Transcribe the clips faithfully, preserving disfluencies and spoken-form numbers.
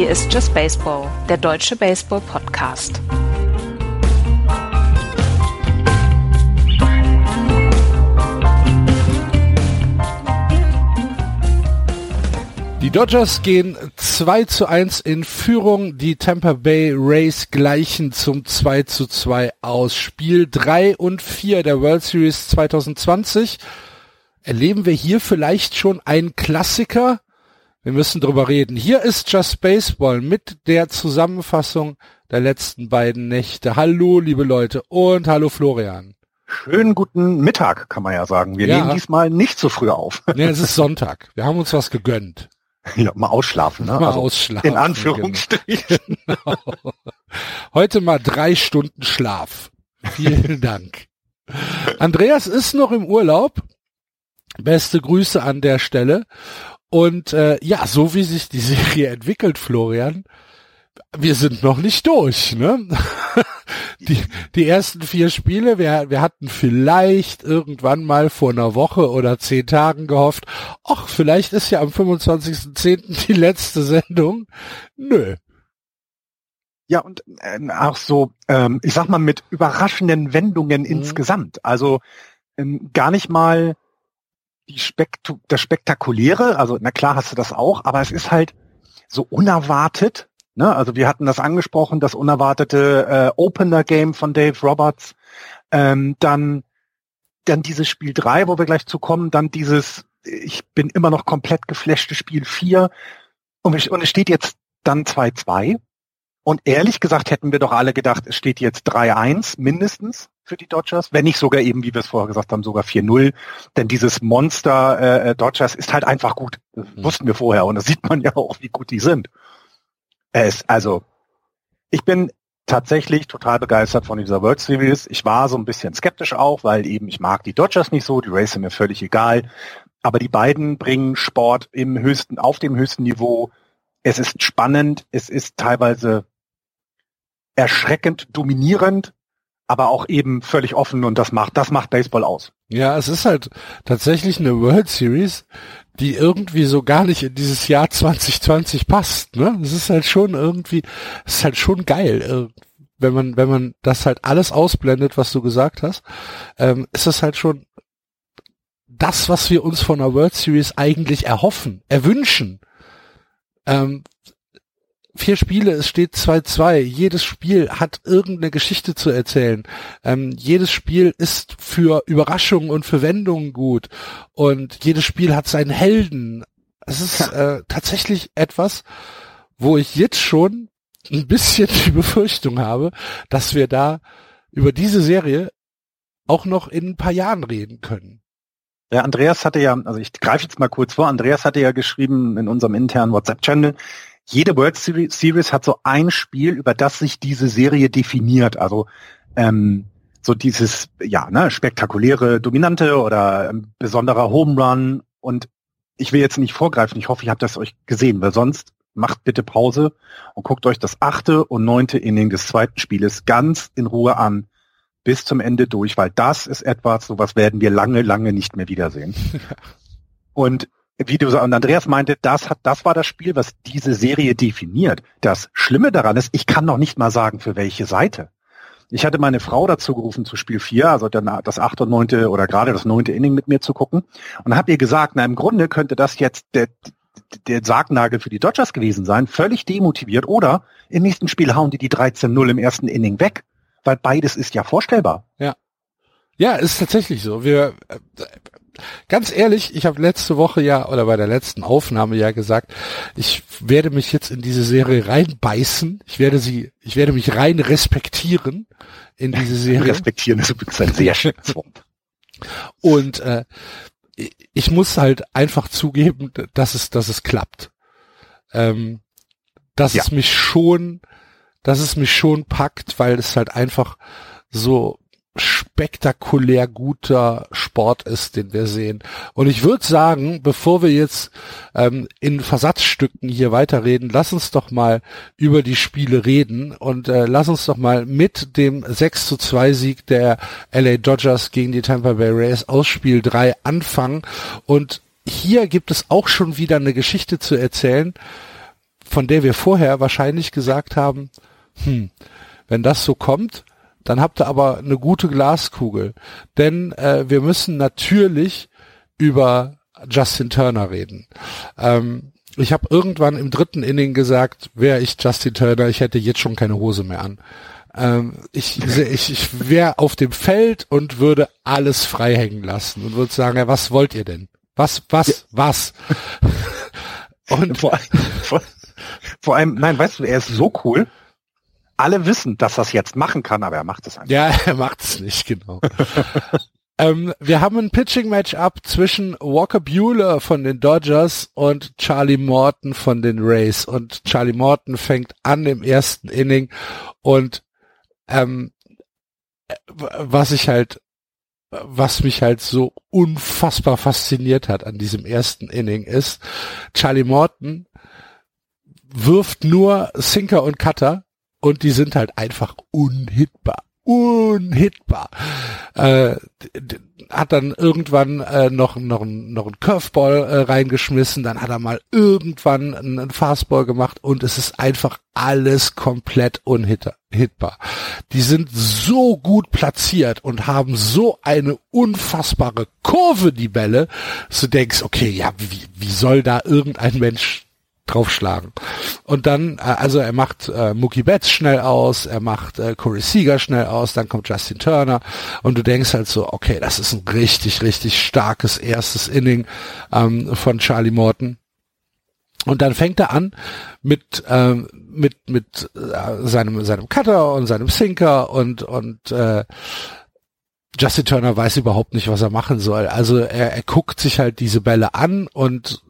Hier ist Just Baseball, der deutsche Baseball-Podcast. Die Dodgers gehen zwei zu eins in Führung, die Tampa Bay Rays gleichen zum zwei zu zwei aus. Spiel drei und vier der World Series zwanzig zwanzig. Erleben wir hier vielleicht schon einen Klassiker? Wir müssen drüber reden. Hier ist Just Baseball mit der Zusammenfassung der letzten beiden Nächte. Hallo, liebe Leute, und hallo Florian. Schönen guten Mittag, kann man ja sagen. Wir ja. nehmen diesmal nicht so früh auf. Nee, es ist Sonntag. Wir haben uns was gegönnt. Ja, mal ausschlafen, ne? Mal also ausschlafen. In Anführungsstrichen. Genau. Heute mal drei Stunden Schlaf. Vielen Dank. Andreas ist noch im Urlaub. Beste Grüße an der Stelle. Und äh, ja, so wie sich die Serie entwickelt, Florian, wir sind noch nicht durch, ne? Die, die ersten vier Spiele, wir, wir hatten vielleicht irgendwann mal vor einer Woche oder zehn Tagen gehofft, ach, vielleicht ist ja am fünfundzwanzigsten zehnten die letzte Sendung. Nö. Ja, und äh, auch so, ähm, ich sag mal, mit überraschenden Wendungen mhm. insgesamt. Also ähm, gar nicht mal die Spektu- das Spektakuläre, also na klar hast du das auch, aber es ist halt so unerwartet. Ne, also wir hatten das angesprochen, das unerwartete äh, Opener-Game von Dave Roberts, ähm, dann dann dieses Spiel drei, wo wir gleich zu kommen, dann dieses, ich bin immer noch komplett geflashte Spiel vier und, ich, und es steht jetzt dann zwei zwei und ehrlich gesagt hätten wir doch alle gedacht, es steht jetzt drei eins mindestens für die Dodgers, wenn nicht sogar eben, wie wir es vorher gesagt haben, sogar vier null, denn dieses Monster äh, Dodgers ist halt einfach gut, das mhm. wussten wir vorher und das sieht man ja auch, wie gut die sind. Es, also, ich bin tatsächlich total begeistert von dieser World Series. Ich war so ein bisschen skeptisch auch, weil eben ich mag die Dodgers nicht so, die Rays sind mir völlig egal. Aber die beiden bringen Sport im höchsten, auf dem höchsten Niveau. Es ist spannend, es ist teilweise erschreckend dominierend, aber auch eben völlig offen und das macht, das macht Baseball aus. Ja, es ist halt tatsächlich eine World Series, die irgendwie so gar nicht in dieses Jahr zwanzig zwanzig passt, ne? Es ist halt schon irgendwie, es ist halt schon geil, wenn man, wenn man das halt alles ausblendet, was du gesagt hast, ähm, ist es halt schon das, was wir uns von einer World Series eigentlich erhoffen, erwünschen. Ähm, Vier Spiele, es steht zwei zwei. Jedes Spiel hat irgendeine Geschichte zu erzählen. Ähm, jedes Spiel ist für Überraschungen und für Wendungen gut. Und jedes Spiel hat seinen Helden. Es ist äh, tatsächlich etwas, wo ich jetzt schon ein bisschen die Befürchtung habe, dass wir da über diese Serie auch noch in ein paar Jahren reden können. Ja, Andreas hatte ja, also ich greife jetzt mal kurz vor, Andreas hatte ja geschrieben in unserem internen WhatsApp-Channel, jede World Series hat so ein Spiel, über das sich diese Serie definiert. Also ähm, so dieses, ja, ne, spektakuläre Dominante oder ähm, besonderer Home Run. Und ich will jetzt nicht vorgreifen, ich hoffe, ihr habt das euch gesehen, weil sonst macht bitte Pause und guckt euch das achte und neunte Inning des zweiten Spieles ganz in Ruhe an, bis zum Ende durch, weil das ist etwas, sowas werden wir lange, lange nicht mehr wiedersehen. Und wie du und Andreas meinte, das hat, das war das Spiel, was diese Serie definiert. Das Schlimme daran ist, ich kann noch nicht mal sagen, für welche Seite. Ich hatte meine Frau dazu gerufen zu Spiel vier, also dann das achte und neunte oder gerade das neunte Inning mit mir zu gucken und habe ihr gesagt, na im Grunde könnte das jetzt der, der Sargnagel für die Dodgers gewesen sein, völlig demotiviert oder im nächsten Spiel hauen die die dreizehn null im ersten Inning weg, weil beides ist ja vorstellbar. Ja, ja, ist tatsächlich so. Wir äh, Ganz ehrlich, ich habe letzte Woche ja, oder bei der letzten Aufnahme ja gesagt, ich werde mich jetzt in diese Serie reinbeißen. Ich werde sie, ich werde mich rein respektieren in diese Serie. Respektieren ist übrigens ein sehr schönes Wort. Und äh, ich muss halt einfach zugeben, dass es, dass es klappt. Ähm, dass ja. es mich schon, dass es mich schon packt, weil es halt einfach so spektakulär guter Sport ist, den wir sehen. Und ich würde sagen, bevor wir jetzt ähm, in Versatzstücken hier weiterreden, lass uns doch mal über die Spiele reden und äh, lass uns doch mal mit dem sechs zu zwei Sieg der L A Dodgers gegen die Tampa Bay Rays aus Spiel drei anfangen. Und hier gibt es auch schon wieder eine Geschichte zu erzählen, von der wir vorher wahrscheinlich gesagt haben, hm, wenn das so kommt, dann habt ihr aber eine gute Glaskugel. Denn äh, wir müssen natürlich über Justin Turner reden. Ähm, ich habe irgendwann im dritten Inning gesagt, wäre ich Justin Turner, ich hätte jetzt schon keine Hose mehr an. Ähm, ich ich, ich wäre auf dem Feld und würde alles frei hängen lassen und würde sagen, ja, was wollt ihr denn? Was, was, ja. was? Und vor, vor, vor allem, nein, weißt du, er ist so cool. Alle wissen, dass er es jetzt machen kann, aber er macht es einfach. Ja, er macht es nicht, genau. ähm, wir haben ein Pitching-Match-up zwischen Walker Buehler von den Dodgers und Charlie Morton von den Rays. Und Charlie Morton fängt an im ersten Inning und ähm, was ich halt, was mich halt so unfassbar fasziniert hat an diesem ersten Inning ist, Charlie Morton wirft nur Sinker und Cutter und die sind halt einfach unhittbar. Unhittbar. Äh, hat dann irgendwann äh, noch noch noch einen Curveball äh, reingeschmissen, dann hat er mal irgendwann einen, einen Fastball gemacht und es ist einfach alles komplett unhittbar. Die sind so gut platziert und haben so eine unfassbare Kurve, die Bälle, dass du denkst, okay, ja, wie, wie soll da irgendein Mensch draufschlagen? Und dann, also er macht äh, Mookie Betts schnell aus, er macht äh, Corey Seager schnell aus, dann kommt Justin Turner und du denkst halt so, okay, das ist ein richtig, richtig starkes erstes Inning ähm, von Charlie Morton. Und dann fängt er an mit ähm, mit mit äh, seinem seinem Cutter und seinem Sinker und und äh, Justin Turner weiß überhaupt nicht, was er machen soll. Also er, er guckt sich halt diese Bälle an und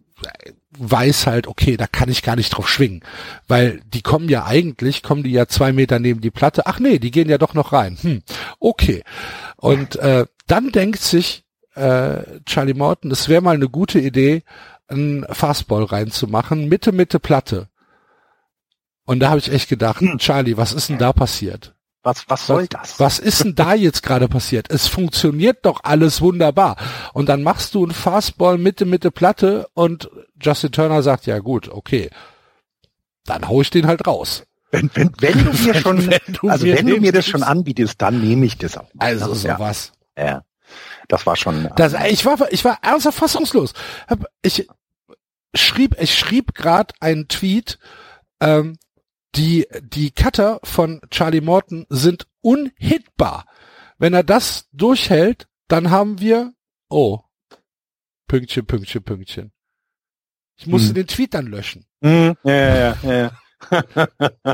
weiß halt, okay, da kann ich gar nicht drauf schwingen, weil die kommen ja eigentlich, kommen die ja zwei Meter neben die Platte, ach nee, die gehen ja doch noch rein, hm, okay. Und äh, dann denkt sich äh, Charlie Morton, es wäre mal eine gute Idee, einen Fastball reinzumachen, Mitte, Mitte Platte. Und da habe ich echt gedacht, hm. Charlie, was ist denn da passiert? Was, was soll das? Was ist denn da jetzt gerade passiert? Es funktioniert doch alles wunderbar. Und dann machst du einen Fastball Mitte, Mitte Platte und Justin Turner sagt, ja gut, okay, dann hau ich den halt raus. Wenn, wenn, wenn du mir schon, wenn du also mir wenn du mir das schon anbietest, dann nehme ich das auch. Also sowas. Ja. ja. Das war schon. Das, ich war, ich war ernsthaft fassungslos. Ich schrieb, ich schrieb gerade einen Tweet, ähm, Die, die Cutter von Charlie Morton sind unhittbar. Wenn er das durchhält, dann haben wir, oh, Pünktchen, Pünktchen, Pünktchen. Ich musste hm. den Tweet dann löschen. Hm. Ja, ja, ja, ja.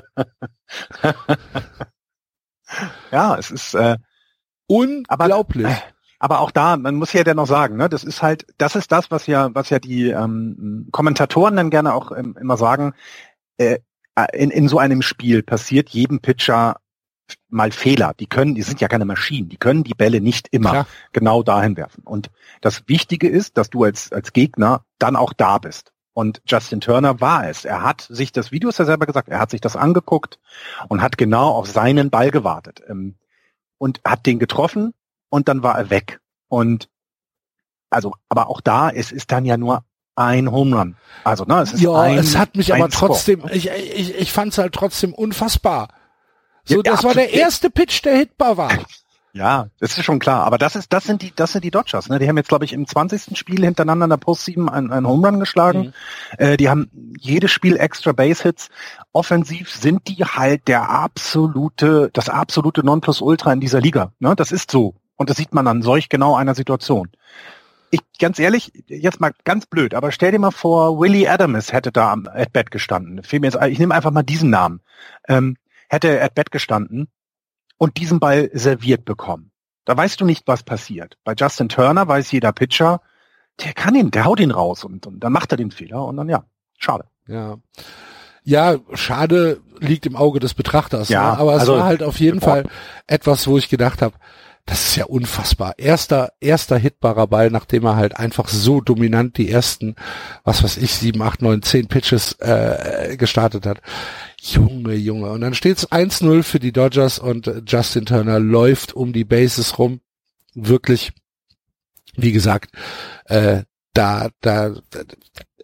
Ja, es ist äh, unglaublich. Aber, aber auch da, man muss ja dennoch sagen, ne, das ist halt, das ist das, was ja, was ja die ähm, Kommentatoren dann gerne auch ähm, immer sagen. Äh, In, in so einem Spiel passiert jedem Pitcher mal Fehler. Die können, die sind ja keine Maschinen, die können die Bälle nicht immer Klar. genau dahin werfen. Und das Wichtige ist, dass du als, als Gegner dann auch da bist. Und Justin Turner war es. Er hat sich das, wie du es ja selber gesagt, er hat sich das angeguckt und hat genau auf seinen Ball gewartet. Und hat den getroffen und dann war er weg. Und also, aber auch da, es ist dann ja nur ein Home Run. Also, ne, es ist ja, ein, es hat mich aber trotzdem, Score. ich, ich, ich fand es halt trotzdem unfassbar. So, ja, das ja, war der erste Pitch, der hitbar war. Ja, das ist schon klar. Aber das ist, das sind die, das sind die Dodgers, ne? Die haben jetzt, glaube ich, im zwanzigsten Spiel hintereinander in der Postseason einen, einen Home Run geschlagen. Mhm. Äh, die haben jedes Spiel extra Base Hits. Offensiv sind die halt der absolute, das absolute Nonplusultra in dieser Liga, ne? Das ist so. Und das sieht man an solch genau einer Situation. Ich, ganz ehrlich, jetzt mal ganz blöd, aber stell dir mal vor, Willie Adams hätte da am At-Bat gestanden. Ich nehme einfach mal diesen Namen. Ähm, hätte At-Bat gestanden und diesen Ball serviert bekommen. Da weißt du nicht, was passiert. Bei Justin Turner weiß jeder Pitcher, der kann ihn, der haut ihn raus und, und dann macht er den Fehler und dann ja, schade. Ja, ja, schade liegt im Auge des Betrachters. Ja, ne? Aber es also, war halt auf jeden Fall etwas, wo ich gedacht habe, das ist ja unfassbar. Erster, erster hitbarer Ball, nachdem er halt einfach so dominant die ersten, was weiß ich, sieben, acht, neun, zehn Pitches äh, gestartet hat. Junge, Junge. Und dann steht's eins null für die Dodgers und Justin Turner läuft um die Bases rum. Wirklich, wie gesagt, äh, da, da,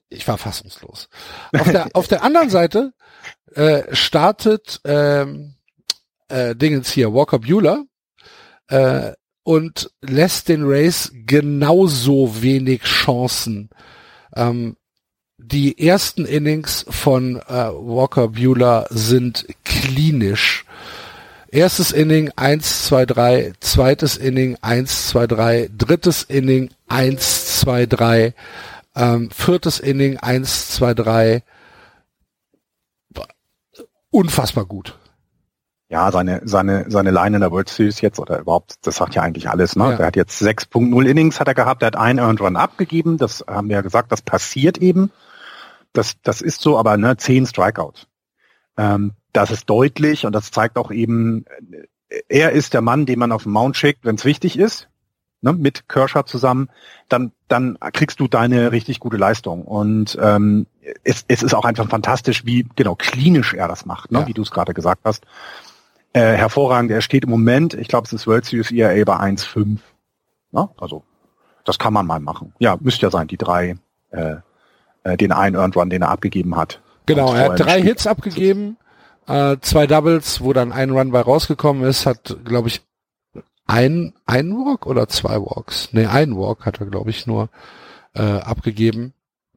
ich war fassungslos. Auf der, auf der anderen Seite äh, startet ähm, äh, Dingens hier, Walker Buehler, äh, und lässt den Rays genauso wenig Chancen. Ähm, die ersten Innings von äh, Walker Buehler sind klinisch. Erstes Inning eins, zwei, drei, zweites Inning eins, zwei, drei, drittes Inning eins, zwei, drei, ähm, viertes Inning eins, zwei, drei. Unfassbar gut. Ja, seine seine seine Line in der World Series jetzt oder überhaupt, das sagt ja eigentlich alles, ne? Ja. Der hat jetzt sechs Komma null Innings hat er gehabt, der hat einen Earned Run abgegeben, das haben wir ja gesagt, das passiert eben. Das das ist so, aber ne, zehn Strikeouts. Ähm, das ist deutlich und das zeigt auch eben, er ist der Mann, den man auf den Mount schickt, wenn es wichtig ist, ne, mit Kershaw zusammen, dann dann kriegst du deine richtig gute Leistung. Und ähm, es, es ist auch einfach fantastisch, wie genau klinisch er das macht, ne, ja. wie du es gerade gesagt hast. Äh, hervorragend, er steht im Moment, ich glaube, es ist World Series E R A bei eins Komma fünf. Ne? Also das kann man mal machen. Ja, müsste ja sein, die drei, äh, äh, den einen Earned Run, den er abgegeben hat. Genau, er hat drei Hits abgegeben, äh, zwei Doubles, wo dann ein Run bei rausgekommen ist, hat, glaube ich, ein, ein Walk oder zwei Walks? Nee, ein Walk hat er, glaube ich, nur äh, abgegeben.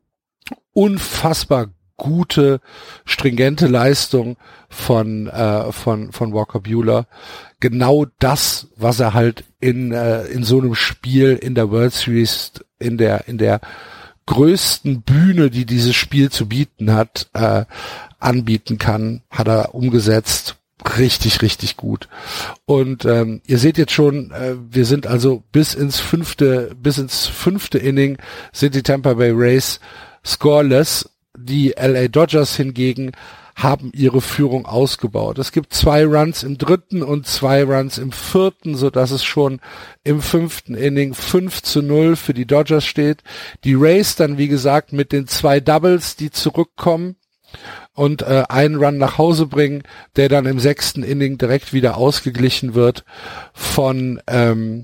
Unfassbar gute, stringente Leistung von äh, von von Walker Buehler. Genau das, was er halt in äh, in so einem Spiel in der World Series, in der in der größten Bühne, die dieses Spiel zu bieten hat, äh, anbieten kann, hat er umgesetzt. Richtig, richtig gut. Und ähm, ihr seht jetzt schon, äh, wir sind also bis ins fünfte, bis ins fünfte Inning sind die Tampa Bay Rays scoreless. Die L A Dodgers hingegen haben ihre Führung ausgebaut. Es gibt zwei Runs im dritten und zwei Runs im vierten, so dass es schon im fünften Inning fünf zu null für die Dodgers steht. Die Rays dann, wie gesagt, mit den zwei Doubles, die zurückkommen und äh, einen Run nach Hause bringen, der dann im sechsten Inning direkt wieder ausgeglichen wird von, ähm,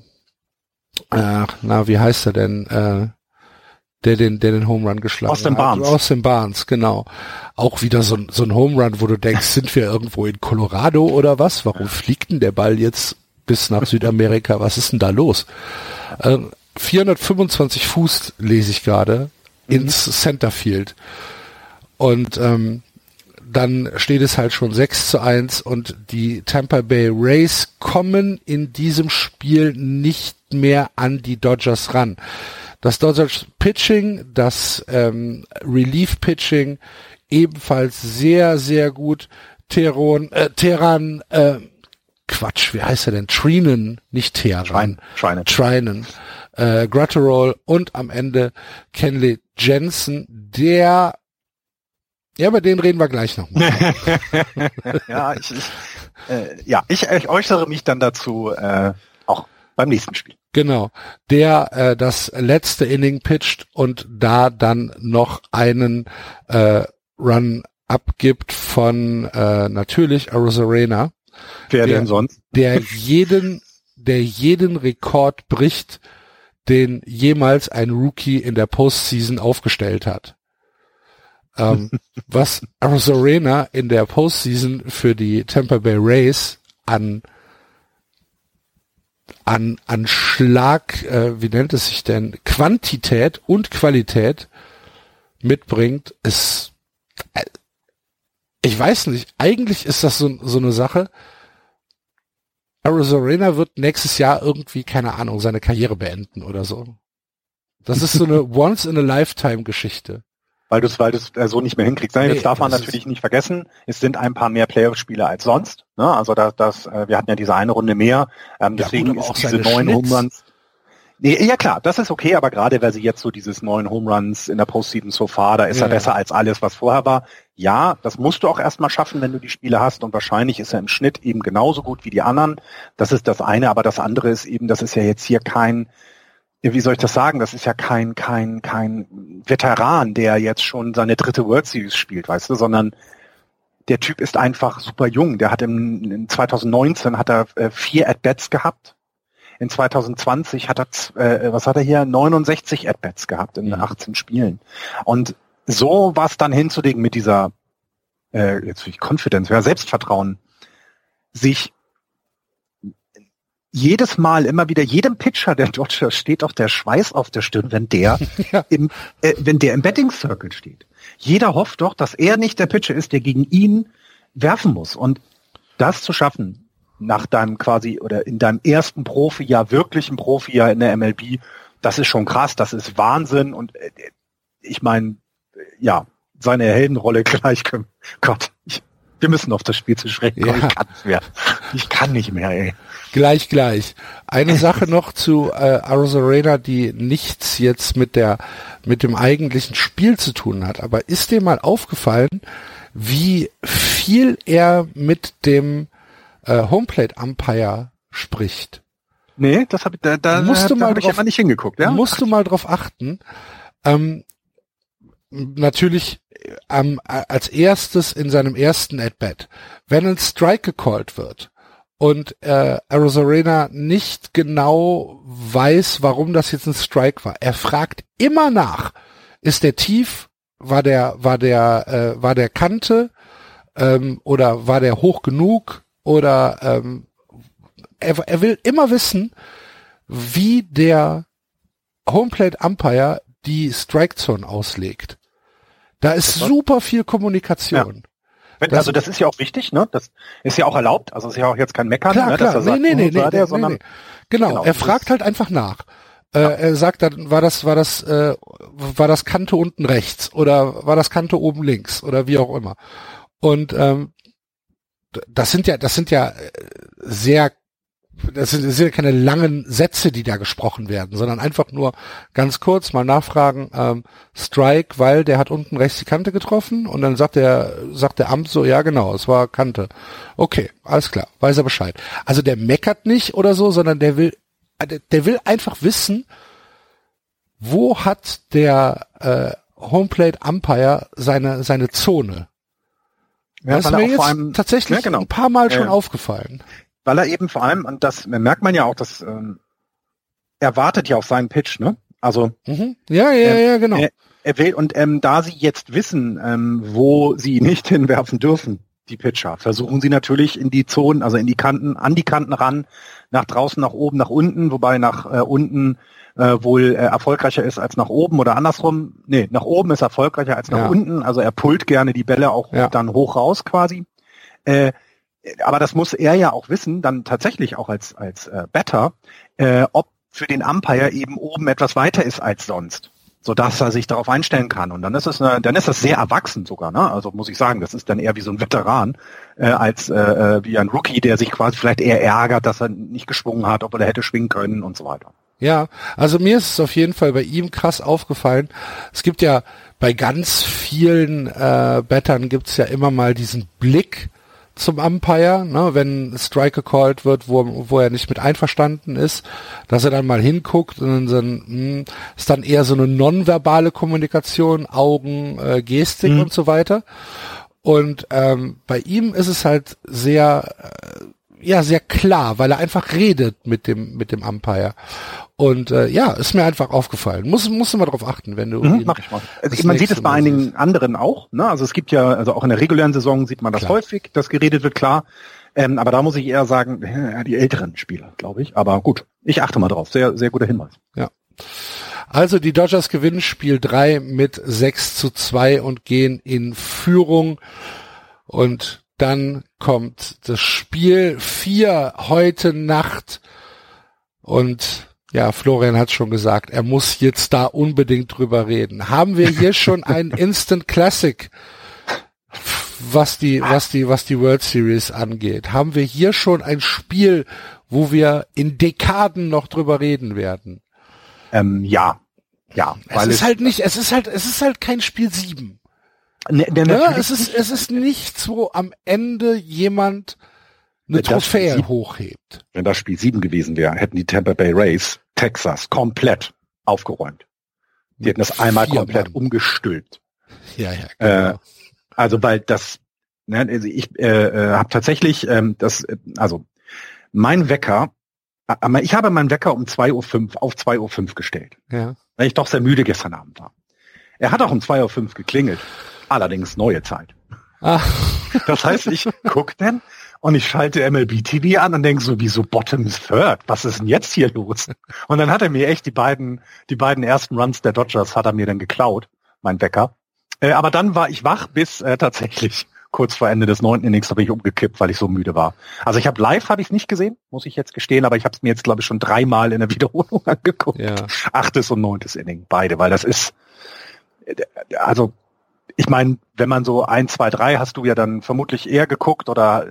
äh, na, wie heißt er denn, äh, der den, der den Home Run geschlagen Austin hat. Barnes. Austin Barnes, genau. Auch wieder so ein, so ein Home Run, wo du denkst, sind wir irgendwo in Colorado oder was? Warum fliegt denn der Ball jetzt bis nach Südamerika? Was ist denn da los? Äh, vierhundertfünfundzwanzig Fuß lese ich gerade mhm. ins Centerfield. Und ähm, dann steht es halt schon sechs zu eins und die Tampa Bay Rays kommen in diesem Spiel nicht mehr an die Dodgers ran. Das Dodgers Pitching, das ähm, Relief Pitching ebenfalls sehr, sehr gut. Teron, äh, Teran, äh, Quatsch, wie heißt er denn? Treinen, nicht Teran. Treinen. Treinen. Äh, Gratterall und am Ende Kenley Jensen, der, ja, bei denen reden wir gleich noch mal. ja, ich, ich, äh, ja, ich, ich äußere mich dann dazu äh, auch beim nächsten Spiel. Genau, der äh, das letzte Inning pitcht und da dann noch einen äh, Run abgibt von äh, natürlich Arozarena. Wer der, denn sonst? Der jeden, der jeden Rekord bricht, den jemals ein Rookie in der Postseason aufgestellt hat. Ähm, was Arozarena in der Postseason für die Tampa Bay Rays an an an Schlag, äh, wie nennt es sich denn, Quantität und Qualität mitbringt, ist, äh, ich weiß nicht, eigentlich ist das so, so eine Sache. Arozarena wird nächstes Jahr irgendwie, keine Ahnung, seine Karriere beenden oder so. Das ist so eine Once-in-a-Lifetime-Geschichte. Weil du es weil du's, äh, so nicht mehr hinkriegst. Nee, Jetzt darf man natürlich ist nicht vergessen, es sind ein paar mehr Playoff-Spiele als sonst. Ne? Also das, das, äh, wir hatten ja diese eine Runde mehr. Ähm, deswegen ja, gut, aber ist auch diese seine neuen Schnitz. Home Runs. Nee, ja klar, das ist okay, aber gerade weil sie jetzt so dieses neuen Home Runs in der Postseason so far, da ist ja, er besser als alles, was vorher war. Ja, das musst du auch erstmal schaffen, wenn du die Spiele hast und wahrscheinlich ist er im Schnitt eben genauso gut wie die anderen. Das ist das eine, aber das andere ist eben, das ist ja jetzt hier kein, wie soll ich das sagen, das ist ja kein, kein, kein Veteran, der jetzt schon seine dritte World Series spielt, weißt du, sondern der Typ ist einfach super jung. Der hat im, in zwanzig neunzehn hat er äh, vier At-Bats gehabt. In zwanzig zwanzig hat er, äh, was hat er hier, neunundsechzig At-Bats gehabt in mhm. achtzehn Spielen. Und so was dann hinzulegen mit dieser äh, jetzt wie Confidence, ja, Selbstvertrauen, sich jedes Mal immer wieder, jedem Pitcher der Dodgers steht auch der Schweiß auf der Stirn, wenn der ja. im äh, wenn der im Betting Circle steht. Jeder hofft doch, dass er nicht der Pitcher ist, der gegen ihn werfen muss. Und das zu schaffen, nach deinem quasi oder in deinem ersten Profijahr, wirklichen Profijahr in der M L B, das ist schon krass, das ist Wahnsinn. Und äh, ich meine, ja, seine Heldenrolle gleich können. Gott, ich, wir müssen auf das Spiel zu sprechen kommen. Ja. Ich kann nicht mehr. Ich kann nicht mehr, ey. Gleich, gleich. Eine Sache noch zu äh, Arozarena, die nichts jetzt mit der mit dem eigentlichen Spiel zu tun hat. Aber ist dir mal aufgefallen, wie viel er mit dem äh, Homeplate-Umpire spricht? Nee, das hab ich, da, da, musst da, da da habe hab ich aber nicht hingeguckt. Ja? Musst Ach. du mal drauf achten. Ähm, natürlich ähm, als erstes in seinem ersten At-Bat. Wenn ein Strike gecallt wird und äh, Arozarena nicht genau weiß, warum das jetzt ein Strike war, er fragt immer nach, ist der tief, war der war der äh, war der Kante ähm, oder war der hoch genug oder ähm, er, er will immer wissen, wie der Homeplate Umpire die Strike Zone auslegt. Da ist super viel Kommunikation. Ja. Wenn, das also das ist ja auch wichtig, ne? Das ist ja auch erlaubt. Also ist ja auch jetzt kein Meckern, klar, ne? Klar. Dass er sagt, nee, nee, nee, war der, nee, sondern nee. Genau, genau, er fragt halt einfach nach. Äh, ja. Er sagt dann, war das, war das, äh, war das Kante unten rechts oder war das Kante oben links oder wie auch immer. Und ähm, das sind ja, das sind ja sehr Das sind, das sind ja keine langen Sätze, die da gesprochen werden, sondern einfach nur ganz kurz mal nachfragen, ähm, Strike, weil der hat unten rechts die Kante getroffen und dann sagt der, sagt der Amt so, ja genau, es war Kante. Okay, alles klar, weiß er Bescheid. Also der meckert nicht oder so, sondern der will, der will einfach wissen, wo hat der äh, Homeplate Umpire seine, seine Zone. Ja, das ist mir jetzt allem, tatsächlich ja, genau. ein paar Mal schon ja. aufgefallen. Weil er eben vor allem, und das merkt man ja auch, dass ähm, er wartet ja auf seinen Pitch, ne? Also mhm. ja, ja, ähm, ja, genau. Er, er will, und ähm, da sie jetzt wissen, ähm, wo sie nicht hinwerfen dürfen, die Pitcher, versuchen sie natürlich in die Zonen, also in die Kanten, an die Kanten ran, nach draußen, nach oben, nach unten, wobei nach äh, unten äh, wohl äh, erfolgreicher ist als nach oben oder andersrum. Nee, nach oben ist erfolgreicher als nach ja. unten. Also er pullt gerne die Bälle auch ja. dann hoch raus quasi. Äh, Aber das muss er ja auch wissen, dann tatsächlich auch als als äh, Batter, äh, ob für den Umpire eben oben etwas weiter ist als sonst, sodass er sich darauf einstellen kann. Und dann ist es eine, dann ist das sehr erwachsen sogar, ne? Also muss ich sagen, das ist dann eher wie so ein Veteran äh, als äh, wie ein Rookie, der sich quasi vielleicht eher ärgert, dass er nicht geschwungen hat, obwohl er hätte schwingen können und so weiter. Ja, also mir ist es auf jeden Fall bei ihm krass aufgefallen. Es gibt ja bei ganz vielen äh, Battern gibt's ja immer mal diesen Blick zum Umpire, ne, wenn ein Strike gecallt wird, wo, wo er nicht mit einverstanden ist, dass er dann mal hinguckt und dann mh, ist dann eher so eine nonverbale Kommunikation, Augen, äh, Gestik mhm. und so weiter. Und ähm, bei ihm ist es halt sehr, äh, ja, sehr klar, weil er einfach redet mit dem mit dem Umpire. Und äh, ja, ist mir einfach aufgefallen. Muss musst du mal drauf achten, wenn du mhm, mach ich mal. Also, man sieht es bei einigen anderen auch, ne? Also es gibt ja, also auch in der regulären Saison sieht man das klar. häufig, dass geredet wird, klar. Ähm, aber da muss ich eher sagen, ja, die älteren Spieler, glaube ich. Aber gut, ich achte mal drauf. Sehr, sehr guter Hinweis. Ja. Also die Dodgers gewinnen Spiel drei mit sechs zu zwei und gehen in Führung. Und dann kommt das Spiel vier heute Nacht. Und ja, Florian hat schon gesagt, er muss jetzt da unbedingt drüber reden. Haben wir hier schon ein Instant Classic, was die, was die, was die World Series angeht? Haben wir hier schon ein Spiel, wo wir in Dekaden noch drüber reden werden? Ähm, ja, ja. Es ist halt nicht, es ist halt, es ist halt kein Spiel sieben. Ne, ne, ja, es ist, es ist nichts, wo am Ende jemand eine Trophäe hochhebt. Wenn das Spiel sieben gewesen wäre, hätten die Tampa Bay Rays Texas komplett aufgeräumt. Die hätten das einmal Vier komplett Mann. umgestülpt. Ja, ja, genau. Äh, also weil das, ne, also ich äh, äh, habe tatsächlich ähm, das, äh, also mein Wecker, äh, ich habe meinen Wecker um zwei Uhr fünf auf zwei Uhr fünf gestellt, ja. weil ich doch sehr müde gestern Abend war. Er hat auch um zwei Uhr fünf geklingelt. Allerdings neue Zeit. Ach. Das heißt, ich guck denn und ich schalte M L B T V an und denke so, wieso Bottoms Third? Was ist denn jetzt hier los? Und dann hat er mir echt die beiden, die beiden ersten Runs der Dodgers hat er mir dann geklaut, mein Wecker. Äh, aber dann war ich wach bis äh, tatsächlich kurz vor Ende des neunten Innings, da bin ich umgekippt, weil ich so müde war. Also ich habe live habe ich es nicht gesehen, muss ich jetzt gestehen, aber ich habe es mir jetzt glaube ich schon dreimal in der Wiederholung angeguckt. Ja. Achtes und neuntes Inning, beide, weil das ist, also ich meine, wenn man so ein, zwei, drei hast du ja dann vermutlich eher geguckt oder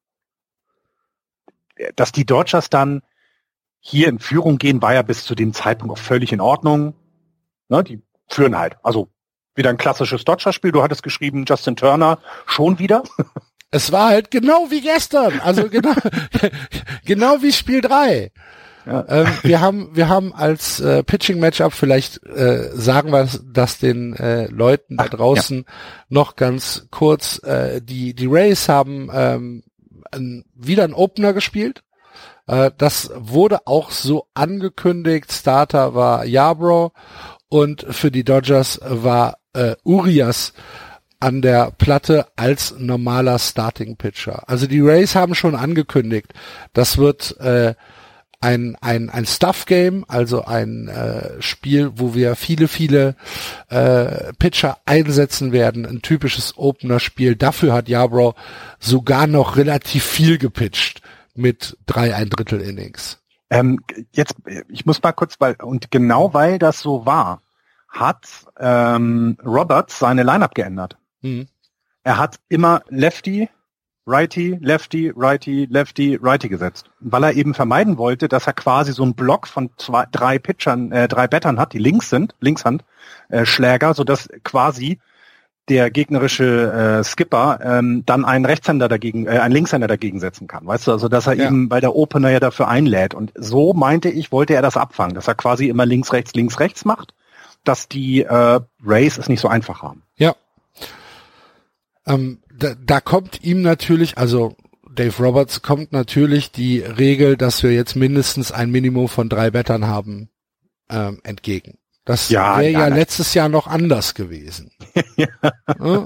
dass die Dodgers dann hier in Führung gehen, war ja bis zu dem Zeitpunkt auch völlig in Ordnung. Ne, die führen halt. Also wieder ein klassisches Dodgers-Spiel. Du hattest geschrieben, Justin Turner schon wieder. Es war halt genau wie gestern. Also genau, genau wie Spiel drei. Ja. Ähm, wir haben, wir haben als äh, Pitching-Matchup, vielleicht äh, sagen wir das den äh, Leuten da draußen Ach, ja. noch ganz kurz, äh, die, die Rays haben ähm, ein, wieder einen Opener gespielt. Äh, das wurde auch so angekündigt. Starter war Yarbrough und für die Dodgers war äh, Urias an der Platte als normaler Starting-Pitcher. Also die Rays haben schon angekündigt, das wird äh, ein ein ein Stuff-Game, also ein äh, Spiel, wo wir viele, viele äh, Pitcher einsetzen werden, ein typisches Opener-Spiel. Dafür hat Yarbrough sogar noch relativ viel gepitcht mit drei ein Drittel Innings. Ähm, jetzt, ich muss mal kurz, weil und genau weil das so war, hat ähm, Roberts seine Lineup geändert. Mhm. Er hat immer Lefty, Righty, Lefty, Righty, Lefty, Righty gesetzt, weil er eben vermeiden wollte, dass er quasi so einen Block von zwei, drei Pitchern, äh, drei Battern hat, die links sind, Linkshand, äh, Schläger, sodass quasi der gegnerische äh, Skipper ähm, dann einen Rechtshänder dagegen, äh, einen Linkshänder dagegen setzen kann, weißt du, also dass er ja. eben bei der Opener ja dafür einlädt. Und so meinte ich, wollte er das abfangen, dass er quasi immer links, rechts, links, rechts macht, dass die äh, Rays es nicht so einfach haben. Ja. Ähm, da, da kommt ihm natürlich, also Dave Roberts kommt natürlich die Regel, dass wir jetzt mindestens ein Minimum von drei Battern haben, ähm, entgegen. Das ja, wäre ja, ja letztes Jahr noch anders gewesen. ja. Ja.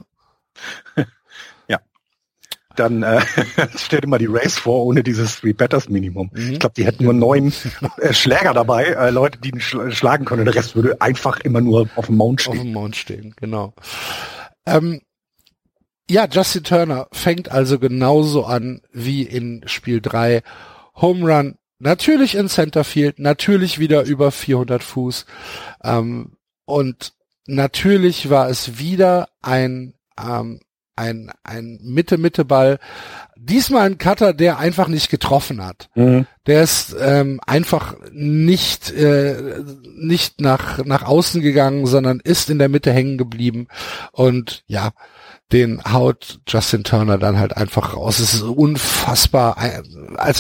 ja. Dann äh, stell dir mal die Rays vor, ohne dieses Three-Batters-Minimum. Mhm. Ich glaube, die hätten nur neun äh, Schläger dabei, äh, Leute, die sch- schlagen können. Der Rest würde einfach immer nur auf dem Mount stehen. Auf dem Mount stehen, genau. Ähm, ja, Justin Turner fängt also genauso an wie in Spiel drei. Home Run, natürlich in Centerfield, natürlich wieder über vierhundert Fuß. Ähm, und natürlich war es wieder ein ähm, ein ein Mitte-Mitte-Ball. Diesmal ein Cutter, der einfach nicht getroffen hat. Mhm. Der ist ähm, einfach nicht äh, nicht nach nach außen gegangen, sondern ist in der Mitte hängen geblieben. Und ja, den haut Justin Turner dann halt einfach raus. Es ist unfassbar, als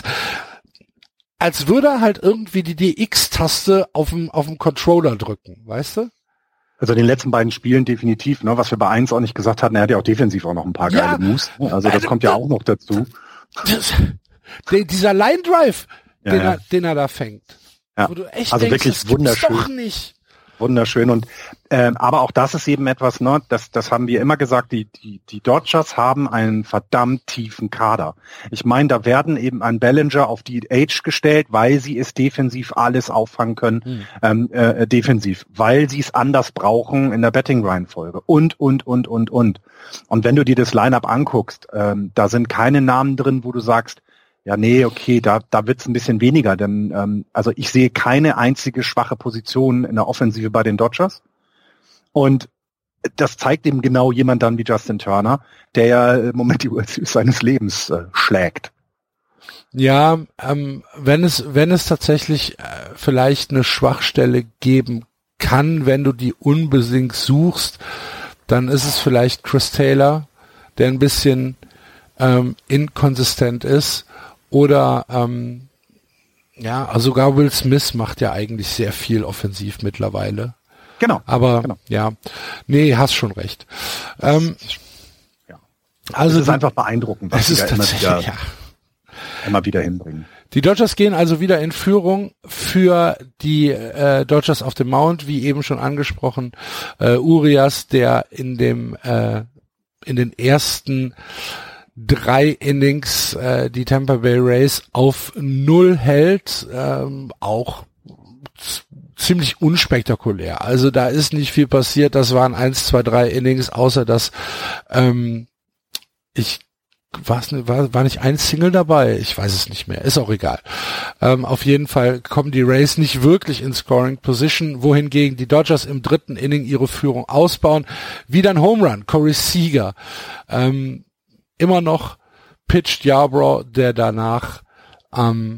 als würde er halt irgendwie die D X-Taste auf dem auf dem Controller drücken, weißt du? Also in den letzten beiden Spielen definitiv, ne, was wir bei eins auch nicht gesagt hatten, er hat ja auch defensiv auch noch ein paar ja, geile Moves. Also das kommt ja auch noch dazu. Das, der, dieser Line Drive, ja, den, ja. Er, den er da fängt. Ja. Wo du echt also denkst, wirklich das gibt's wunderschön. Doch nicht. Wunderschön und äh, aber auch das ist eben etwas, ne, das das haben wir immer gesagt, die die die Dodgers haben einen verdammt tiefen Kader. Ich meine, da werden eben ein Bellinger auf die Age gestellt, weil sie es defensiv alles auffangen können, hm. ähm, äh, defensiv, weil sie es anders brauchen in der Betting-Reihenfolge und und und und und und wenn du dir das Lineup anguckst, ähm, da sind keine Namen drin, wo du sagst, ja, nee, okay, da da wird's ein bisschen weniger, denn ähm, also ich sehe keine einzige schwache Position in der Offensive bei den Dodgers. Und das zeigt eben genau jemand dann wie Justin Turner, der ja im Moment die World Series seines Lebens äh, schlägt. Ja, ähm, wenn es wenn es tatsächlich äh, vielleicht eine Schwachstelle geben kann, wenn du die unbedingt suchst, dann ist es vielleicht Chris Taylor, der ein bisschen ähm, inkonsistent ist. Oder ähm, ja, also sogar Will Smith macht ja eigentlich sehr viel offensiv mittlerweile. Genau. Aber genau. ja, nee, hast schon recht. Ähm, ja. Also es ist einfach beeindruckend, was sie da immer wieder, ja. immer wieder hinbringen. Die Dodgers gehen also wieder in Führung für die äh, Dodgers auf dem Mound, wie eben schon angesprochen. Äh, Urias, der in dem äh, in den ersten drei Innings äh, die Tampa Bay Rays auf null hält, ähm, auch z- ziemlich unspektakulär. Also da ist nicht viel passiert. Das waren eins, zwei, drei Innings, außer dass ähm, ich War's, war, war nicht ein Single dabei? Ich weiß es nicht mehr. Ist auch egal. Ähm, auf jeden Fall kommen die Rays nicht wirklich in Scoring Position, wohingegen die Dodgers im dritten Inning ihre Führung ausbauen. Wieder ein Home Run. Corey Seager. Ähm, immer noch pitcht Yarbrough, der danach ähm,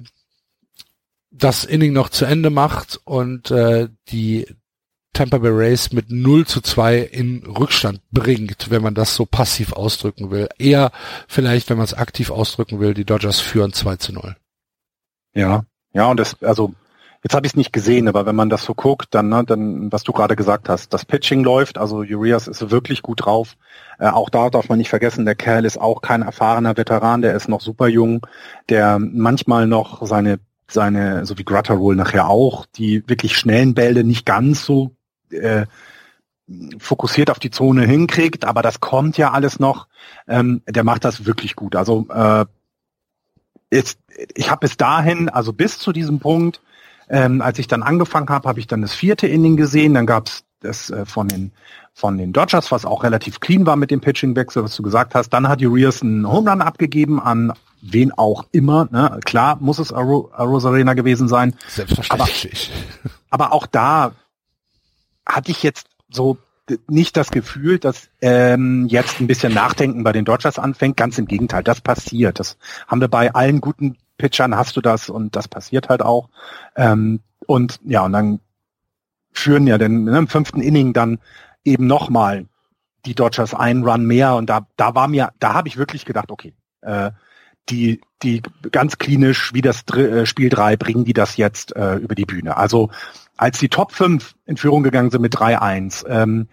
das Inning noch zu Ende macht und äh, die Tampa Bay Rays mit null zu zwei in Rückstand bringt, wenn man das so passiv ausdrücken will. Eher vielleicht, wenn man es aktiv ausdrücken will, die Dodgers führen zwei zu null. Ja, ja, und das, also jetzt habe ich es nicht gesehen, aber wenn man das so guckt, dann, ne, dann, was du gerade gesagt hast, das Pitching läuft, also Urias ist wirklich gut drauf. Äh, auch da darf man nicht vergessen, der Kerl ist auch kein erfahrener Veteran, der ist noch super jung, der manchmal noch seine, seine, so wie Gratterol nachher auch, die wirklich schnellen Bälle nicht ganz so Äh, fokussiert auf die Zone hinkriegt, aber das kommt ja alles noch. Ähm, der macht das wirklich gut. Also äh, ist, ich habe bis dahin, also bis zu diesem Punkt, ähm, als ich dann angefangen habe, habe ich dann das vierte Inning gesehen. Dann gab es das äh, von den von den Dodgers, was auch relativ clean war mit dem Pitchingwechsel, was du gesagt hast. Dann hat Urias einen Home Run abgegeben an wen auch immer. Ne? Klar muss es Aro- Arozarena gewesen sein. Selbstverständlich. Aber, aber auch da hatte ich jetzt so nicht das Gefühl, dass ähm, jetzt ein bisschen Nachdenken bei den Dodgers anfängt. Ganz im Gegenteil, das passiert. Das haben wir bei allen guten Pitchern, hast du das, und das passiert halt auch. Ähm, und ja, und dann führen ja denn ne, im fünften Inning dann eben nochmal die Dodgers einen Run mehr. Und da da war mir, da habe ich wirklich gedacht, okay, äh, die die ganz klinisch wie das Dr- äh, Spiel drei bringen die das jetzt äh, über die Bühne. Also als die Top fünf in Führung gegangen sind mit drei eins, ähm,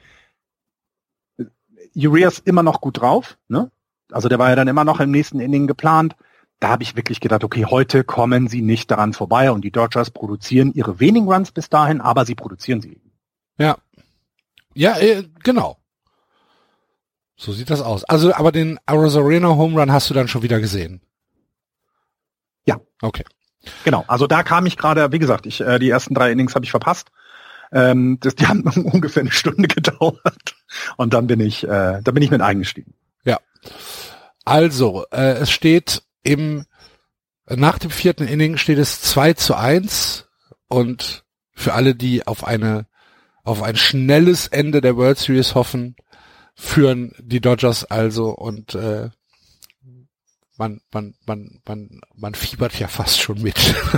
Urias immer noch gut drauf, ne? Also der war ja dann immer noch im nächsten Inning geplant. Da habe ich wirklich gedacht, okay, heute kommen sie nicht daran vorbei und die Dodgers produzieren ihre wenigen Runs bis dahin, aber sie produzieren sie. Ja. Ja, äh, genau. So sieht das aus. Also, aber den Arozarena Home Run hast du dann schon wieder gesehen? Ja. Okay. Genau, also da kam ich gerade, wie gesagt, ich äh, die ersten drei Innings habe ich verpasst. Ähm, das, die haben ungefähr eine Stunde gedauert und dann bin ich, äh, da bin ich mit eingestiegen. Ja, also äh, es steht im nach dem vierten Inning steht es zwei zu eins und für alle, die auf eine auf ein schnelles Ende der World Series hoffen, führen die Dodgers also und äh, Man, man, man, man, man fiebert ja fast schon mit.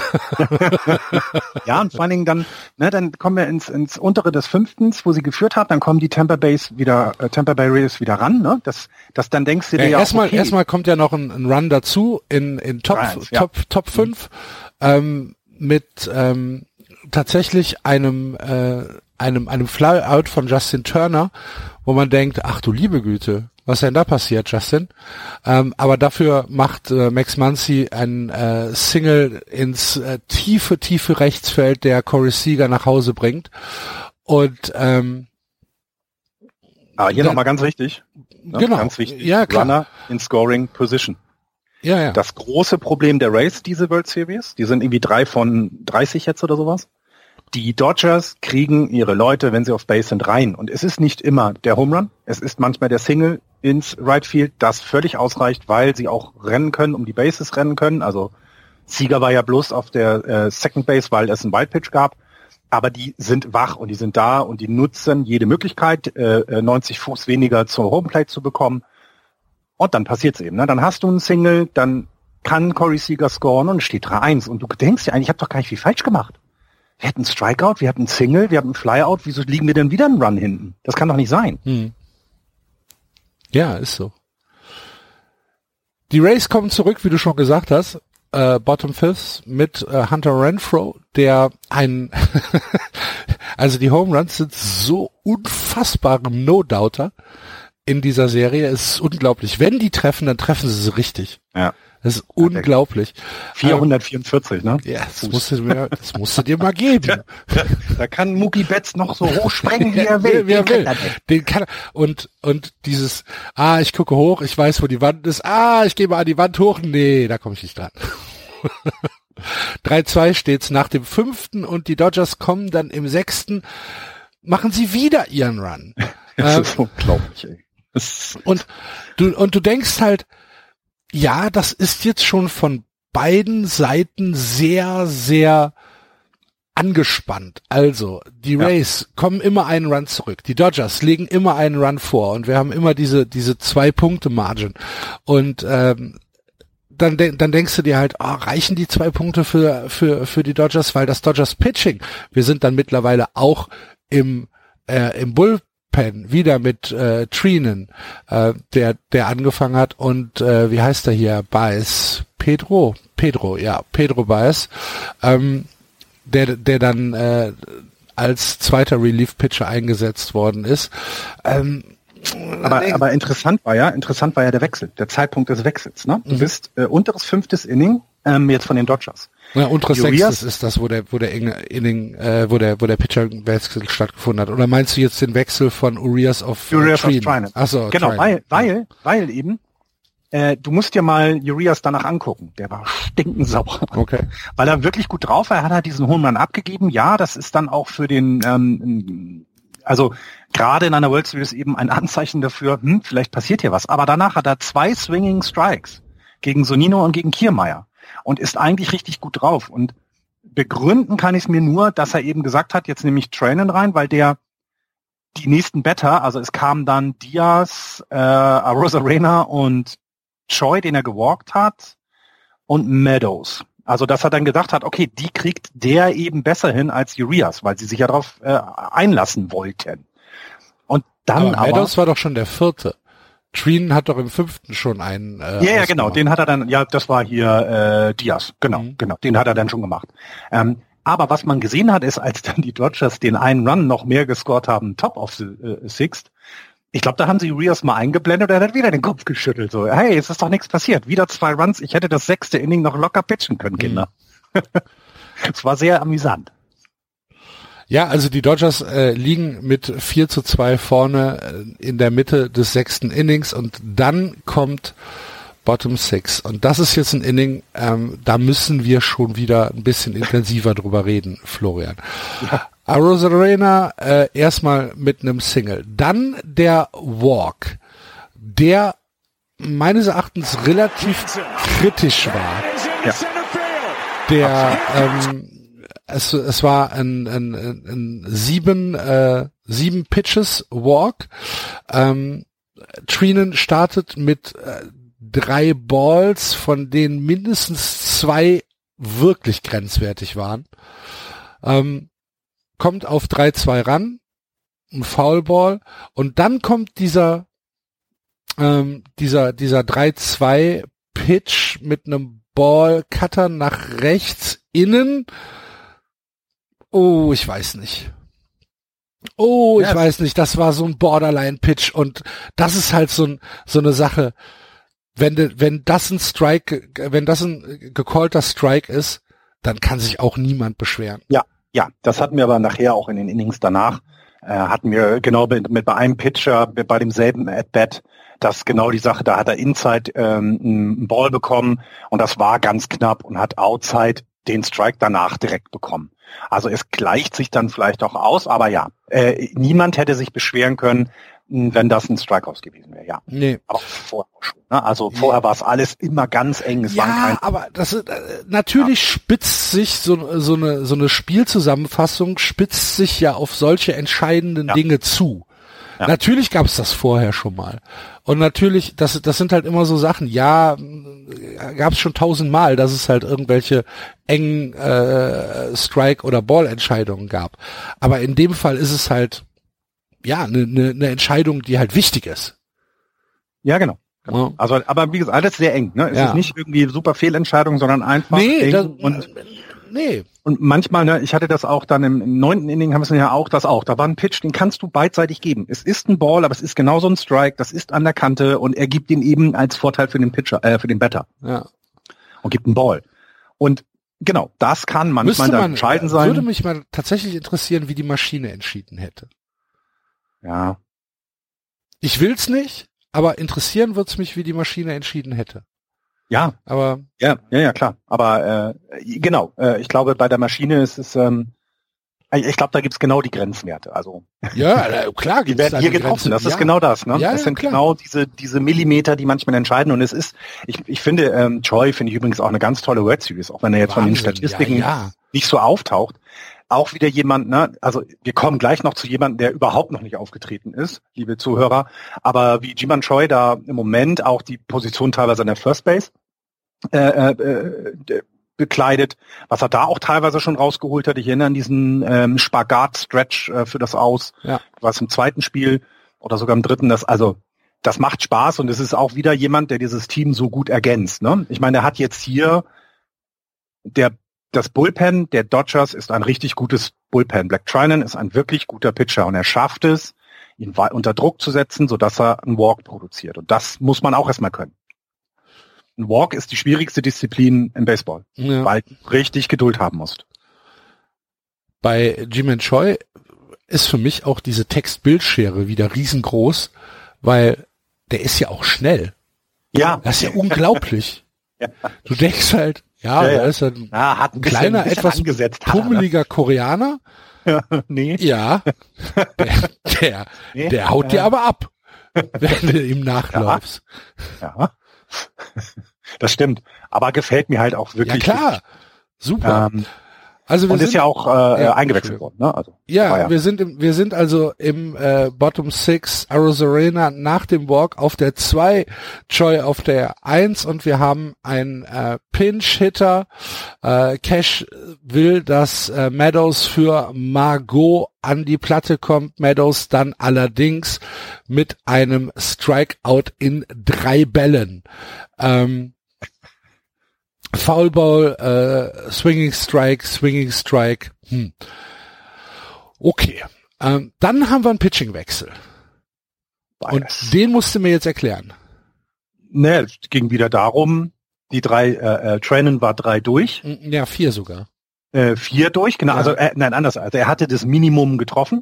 Ja, und vor allen Dingen dann, ne, dann kommen wir ins, ins untere des Fünftens, wo sie geführt hat, dann kommen die Tampa Bays wieder, äh, Tampa Bay Rays wieder ran, ne, das, das dann denkst du dir ja, ja erstmal, okay. erstmal kommt ja noch ein, ein Run dazu in, in Top, eins, ja. Top, Top fünf, ähm, mit, ähm, tatsächlich einem, äh, einem, einem Flyout von Justin Turner, wo man denkt, ach du liebe Güte, was denn da passiert, Justin? Ähm, aber dafür macht äh, Max Muncy ein äh, Single ins äh, tiefe, tiefe Rechtsfeld, der Corey Seager nach Hause bringt. Und ähm, aber hier nochmal ganz wichtig. Ne? Genau. Ganz wichtig. Ja, klar. Runner in Scoring Position. Ja, ja. Das große Problem der Rays, diese World Series, die sind irgendwie drei von dreißig jetzt oder sowas. Die Dodgers kriegen ihre Leute, wenn sie auf Base sind, rein. Und es ist nicht immer der Home Run, es ist manchmal der Single ins Right Field, das völlig ausreicht, weil sie auch rennen können, um die Bases rennen können. Also Seager war ja bloß auf der äh, Second Base, weil es einen Wild Pitch gab. Aber die sind wach und die sind da und die nutzen jede Möglichkeit, äh, neunzig Fuß weniger zur Homeplate zu bekommen. Und dann passiert's eben. Ne? Dann hast du einen Single, dann kann Corey Seager scoren und es steht drei eins. Und du denkst ja eigentlich, ich habe doch gar nicht viel falsch gemacht. Wir hatten einen Strikeout, wir hatten einen Single, wir hatten einen Flyout. Wieso liegen wir denn wieder einen Run hinten? Das kann doch nicht sein. Hm. Ja, ist so. Die Rays kommen zurück, wie du schon gesagt hast, äh, Bottom Fifth mit äh, Hunter Renfroe, der ein, also die Home Runs sind so unfassbare No-Doubter in dieser Serie. Es ist unglaublich. Wenn die treffen, dann treffen sie sie richtig. Ja. Das ist unglaublich. vierhundertvierundvierzig, ne? Ja, das musst du mir, das musst du dir mal geben. Da kann Mookie Betts noch so hoch springen, wie er will. Wie er will. Den kann er. Und, und dieses, ah, ich gucke hoch, ich weiß, wo die Wand ist, ah, ich gehe mal an die Wand hoch, nee, da komme ich nicht dran. drei zwei steht's nach dem fünften und die Dodgers kommen dann im sechsten, machen sie wieder ihren Run. Das ähm, ist unglaublich, ey. Und du, und du denkst halt, ja, das ist jetzt schon von beiden Seiten sehr, sehr angespannt. Also, die Rays ja. kommen immer einen Run zurück. Die Dodgers legen immer einen Run vor und wir haben immer diese, diese zwei Punkte Margin. Und, ähm, dann, de- dann denkst du dir halt, oh, reichen die zwei Punkte für, für, für die Dodgers, weil das Dodgers Pitching, wir sind dann mittlerweile auch im, äh, im Bull wieder mit äh, Treinen, äh, der der angefangen hat und äh, wie heißt er hier? Baez, Pedro, Pedro, ja, Pedro Baez, ähm, der der dann äh, als zweiter Relief-Pitcher eingesetzt worden ist. Ähm, aber aber interessant war ja, interessant war ja der Wechsel, der Zeitpunkt des Wechsels. Ne? Du mhm. bist äh, unteres fünftes Inning ähm, jetzt von den Dodgers. Ja, unteres Sechstes ist das, wo der, wo der Inning, äh, wo der, wo der Pitcher-Wechsel stattgefunden hat. Oder meinst du jetzt den Wechsel von Urias auf Urias auf Treinen? Ach so, genau, Treinen. weil, weil, weil eben, äh, du musst dir mal Urias danach angucken. Der war stinkensauer. Okay. Weil er wirklich gut drauf war. Er hat halt diesen Home Run abgegeben. Ja, das ist dann auch für den, ähm, also gerade in einer World Series eben ein Anzeichen dafür, hm, vielleicht passiert hier was. Aber danach hat er zwei Swinging Strikes gegen Sonino und gegen Kiermaier. Und ist eigentlich richtig gut drauf. Und begründen kann ich es mir nur, dass er eben gesagt hat, jetzt nehme ich Treinen rein, weil der die nächsten Batter, also es kamen dann Diaz, äh, Arozarena und Choi, den er gewalkt hat, und Meadows. Also dass er dann gedacht hat, okay, die kriegt der eben besser hin als Urias, weil sie sich ja darauf äh, einlassen wollten. Und dann aber, aber Meadows war doch schon der vierte. Treinen hat doch im fünften schon einen. Äh, ja, ja, genau, den hat er dann, ja, das war hier äh, Diaz, genau, mhm. genau, den hat er dann schon gemacht. Ähm, aber was man gesehen hat, ist, als dann die Dodgers den einen Run noch mehr gescored haben, top of the äh, sixth, ich glaube, da haben sie Urias mal eingeblendet und er hat wieder den Kopf geschüttelt, so, hey, es ist doch nichts passiert, wieder zwei Runs, ich hätte das sechste Inning noch locker pitchen können, Kinder. Es war sehr amüsant. Ja, also die Dodgers äh, liegen mit vier zu zwei vorne äh, in der Mitte des sechsten Innings und dann kommt Bottom Six. Und das ist jetzt ein Inning, ähm, da müssen wir schon wieder ein bisschen intensiver drüber reden, Florian. Ja. Arozarena äh, erstmal mit einem Single. Dann der Walk, der meines Erachtens relativ kritisch war. Ja. Der ähm, Es, es war ein, ein, ein, ein sieben, äh, sieben Pitches Walk. Ähm, Treinen startet mit äh, drei Balls, von denen mindestens zwei wirklich grenzwertig waren. Ähm, kommt auf drei zwei ran, ein Foulball, und dann kommt dieser, ähm, dieser, dieser drei zwei Pitch mit einem Ball-Cutter nach rechts innen. Oh, ich weiß nicht. Oh, ich ja. weiß nicht. Das war so ein Borderline-Pitch und das ist halt so ein, so eine Sache. Wenn de, wenn das ein Strike, wenn das ein gecallter Strike ist, dann kann sich auch niemand beschweren. Ja, ja. Das hatten wir aber nachher auch in den Innings danach. Äh, hatten wir genau mit, mit bei einem Pitcher, bei demselben At-Bat, das genau die Sache. Da hat er Inside ähm, einen Ball bekommen und das war ganz knapp und hat Outside den Strike danach direkt bekommen. Also es gleicht sich dann vielleicht auch aus, aber ja, äh, niemand hätte sich beschweren können, wenn das ein Strikeout gewesen wäre, ja. Nee. Aber vorher schon, ne? Also vorher war es alles immer ganz eng. Es ja, waren kein aber das ist, äh, natürlich ja. spitzt sich so, so eine so eine Spielzusammenfassung spitzt sich ja auf solche entscheidenden ja. Dinge zu. Ja. Natürlich gab es das vorher schon mal. Und natürlich, das, das sind halt immer so Sachen, ja, gab es schon tausendmal, dass es halt irgendwelche engen äh, Strike- oder Ball-Entscheidungen gab. Aber in dem Fall ist es halt, ja, eine ne, ne Entscheidung, die halt wichtig ist. Ja, genau. genau. Ja. Also, aber wie gesagt, alles sehr eng. Ne? Es ja. ist nicht irgendwie super Fehlentscheidung, sondern einfach nee, eng. Das, und nee. Und manchmal, ne, ich hatte das auch dann im, im neunten Inning, haben wir es ja auch, das auch. Da war ein Pitch, den kannst du beidseitig geben. Es ist ein Ball, aber es ist genauso ein Strike, das ist an der Kante und er gibt ihn eben als Vorteil für den Pitcher, äh, für den Batter. Ja. und gibt einen Ball. Und genau, das kann manchmal man, entscheidend sein. Würde mich mal tatsächlich interessieren, wie die Maschine entschieden hätte. Ja. Ich will's nicht, aber interessieren wird's mich, wie die Maschine entschieden hätte. Ja, aber ja, ja, ja, klar. Aber äh, genau, äh, ich glaube, bei der Maschine ist es, ähm, ich glaube, da gibt's genau die Grenzwerte. Also ja, klar, die werden hier getroffen. Grenze. Das ist ja. genau das. Ne? Ja, das ja, sind klar. genau diese diese Millimeter, die manchmal entscheiden. Und es ist, ich, ich finde, ähm, Choi finde ich übrigens auch eine ganz tolle World Series, auch wenn er jetzt Wahnsinn, von den Statistiken ja, ja. nicht so auftaucht. Auch wieder jemand, ne, also wir kommen gleich noch zu jemandem, der überhaupt noch nicht aufgetreten ist, liebe Zuhörer. Aber wie Ji-Man Choi da im Moment auch die Position teilweise an der First Base äh, äh, bekleidet, was er da auch teilweise schon rausgeholt hat. Ich erinnere an diesen ähm, Spagat-Stretch äh, für das Aus, ja. was im zweiten Spiel oder sogar im dritten, das also das macht Spaß und es ist auch wieder jemand, der dieses Team so gut ergänzt. Ne? Ich meine, er hat jetzt hier der das Bullpen der Dodgers ist ein richtig gutes Bullpen. Black Trinan ist ein wirklich guter Pitcher und er schafft es, ihn unter Druck zu setzen, sodass er einen Walk produziert. Und das muss man auch erstmal können. Ein Walk ist die schwierigste Disziplin im Baseball, ja. weil du richtig Geduld haben musst. Bei Ji-Man Choi ist für mich auch diese Text-Bild-Schere wieder riesengroß, weil der ist ja auch schnell. Ja. Das ist ja unglaublich. Ja. Du denkst halt, ja, ja, ja. er ist ein, ja, hat ein bisschen, kleiner, ein etwas angesetzt, pummeliger Koreaner. Ja, nee. Ja, der, der, nee. der haut dir aber ab, wenn du ihm nachläufst. Ja. ja, das stimmt. Aber gefällt mir halt auch wirklich. Ja klar, super. Ähm, Also wir und sind, ist ja auch äh, ja, eingewechselt worden. Ne? Also, ja, ja, wir sind im, wir sind also im äh, Bottom Six, Arozarena nach dem Walk auf der zwei, Choi auf der eins und wir haben einen äh, Pinch-Hitter. Äh, Cash will, dass äh, Meadows für Margot an die Platte kommt. Meadows dann allerdings mit einem Strikeout in drei Bällen. Ähm, Foul Ball, äh, Swinging Strike, Swinging Strike. Hm. Okay. Ähm, dann haben wir einen Pitching-Wechsel. Und den musst du mir jetzt erklären. Ne, es ging wieder darum, die drei, äh, äh, Treinen war drei durch. Ja, vier sogar. Äh, vier durch, genau. Ja. Also, äh, nein, anders. Also er hatte das Minimum getroffen.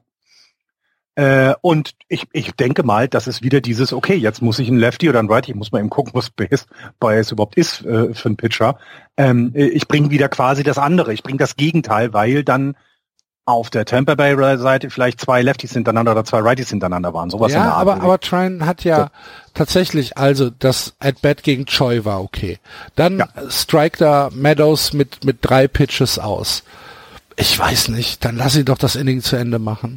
Äh, und ich, ich denke mal, das ist wieder dieses, okay, jetzt muss ich einen Lefty oder einen Righty, ich muss mal eben gucken, was Base, Bias überhaupt ist äh, für einen Pitcher. Ähm, ich bringe wieder quasi das andere, ich bringe das Gegenteil, weil dann auf der Tampa Bay Seite vielleicht zwei Lefties hintereinander oder zwei Righties hintereinander waren. Sowas ja, in der Art. aber, aber Trine hat ja so. tatsächlich, also das At-Bat gegen Choi war okay. Dann ja. strikt er Meadows mit, mit drei Pitches aus. Ich weiß nicht, dann lass ihn doch das Inning zu Ende machen.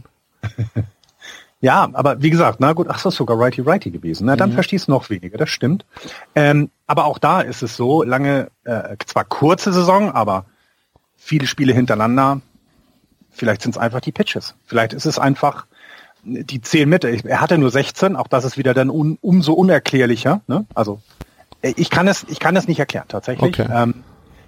Ja, aber wie gesagt, na gut, ach, das ist sogar Righty-Righty gewesen. Na, dann mhm. verstehst du noch weniger, das stimmt. Ähm, aber auch da ist es so, lange, äh, zwar kurze Saison, aber viele Spiele hintereinander, vielleicht sind es einfach die Pitches. Vielleicht ist es einfach, die zählen mit. Er hatte nur sechzehn, auch das ist wieder dann un, umso unerklärlicher. Ne? Also ich kann es, ich kann es nicht erklären, tatsächlich. Okay. Ähm,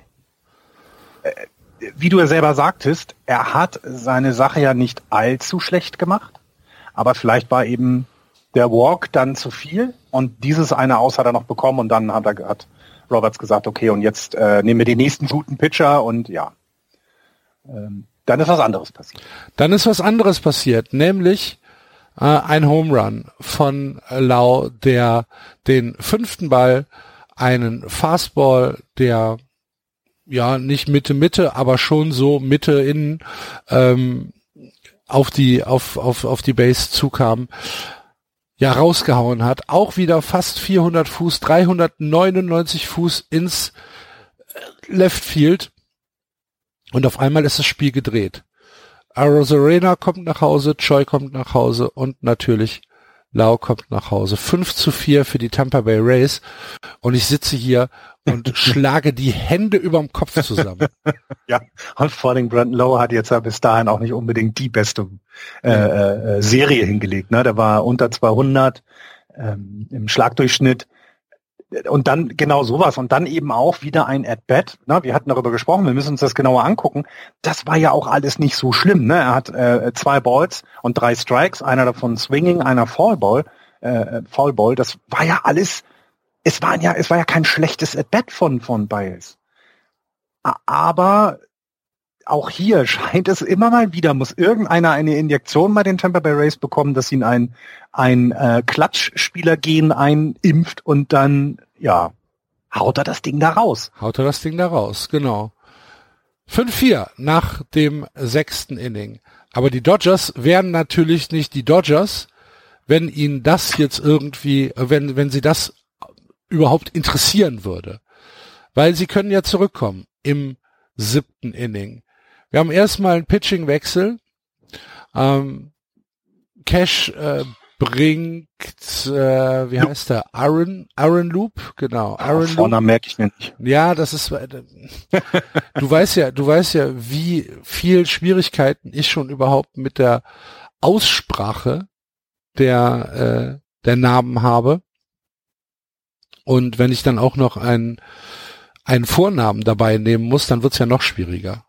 äh, wie du ja selber sagtest, er hat seine Sache ja nicht allzu schlecht gemacht. Aber vielleicht war eben der Walk dann zu viel und dieses eine Aus hat er noch bekommen und dann hat er hat Roberts gesagt, okay, und jetzt äh, nehmen wir den nächsten guten Pitcher und ja, ähm, dann ist was anderes passiert. Dann ist was anderes passiert, nämlich äh, ein Home Run von Lau, der den fünften Ball, einen Fastball, der ja nicht Mitte Mitte, aber schon so Mitte innen ähm, auf die auf auf auf die Base zukam, ja rausgehauen hat, auch wieder fast vierhundert Fuß, dreihundertneunundneunzig Fuß ins Left Field und auf einmal ist das Spiel gedreht. Arozarena kommt nach Hause, Choi kommt nach Hause und natürlich Lau kommt nach Hause. fünf zu vier für die Tampa Bay Rays und ich sitze hier und schlage die Hände überm Kopf zusammen. Ja, und vor allem Brandon Lowe hat jetzt ja bis dahin auch nicht unbedingt die beste äh, äh, Serie hingelegt. Ne? Der war unter zweihundert ähm, im Schlagdurchschnitt. Und dann genau sowas. Und dann eben auch wieder ein At-Bat. Ne? Wir hatten darüber gesprochen, wir müssen uns das genauer angucken. Das war ja auch alles nicht so schlimm. Ne? Er hat äh, zwei Balls und drei Strikes, einer davon Swinging, einer Foulball. Äh, Foulball. Das war ja alles es war ja, es war ja kein schlechtes At-Bat von, von Baez. Aber auch hier scheint es immer mal wieder, muss irgendeiner eine Injektion bei den Tampa Bay Rays bekommen, dass ihn ein, ein äh, Klatschspieler-Gen einimpft und dann, ja, haut er das Ding da raus. Haut er das Ding da raus, genau. fünf vier nach dem sechsten Inning. Aber die Dodgers wären natürlich nicht die Dodgers, wenn ihnen das jetzt irgendwie, wenn, wenn sie das überhaupt interessieren würde. Weil sie können ja zurückkommen im siebten Inning. Wir haben erstmal einen Pitching-Wechsel. Ähm, Cash äh, bringt, äh, wie heißt der? Aaron, Aaron Loop, genau. Aaron Loop. Vornamen merke ich mir nicht. Ja, das ist, äh, du weißt ja, du weißt ja, wie viel Schwierigkeiten ich schon überhaupt mit der Aussprache der, äh, der Namen habe. Und wenn ich dann auch noch einen, einen Vornamen dabei nehmen muss, dann wird's ja noch schwieriger.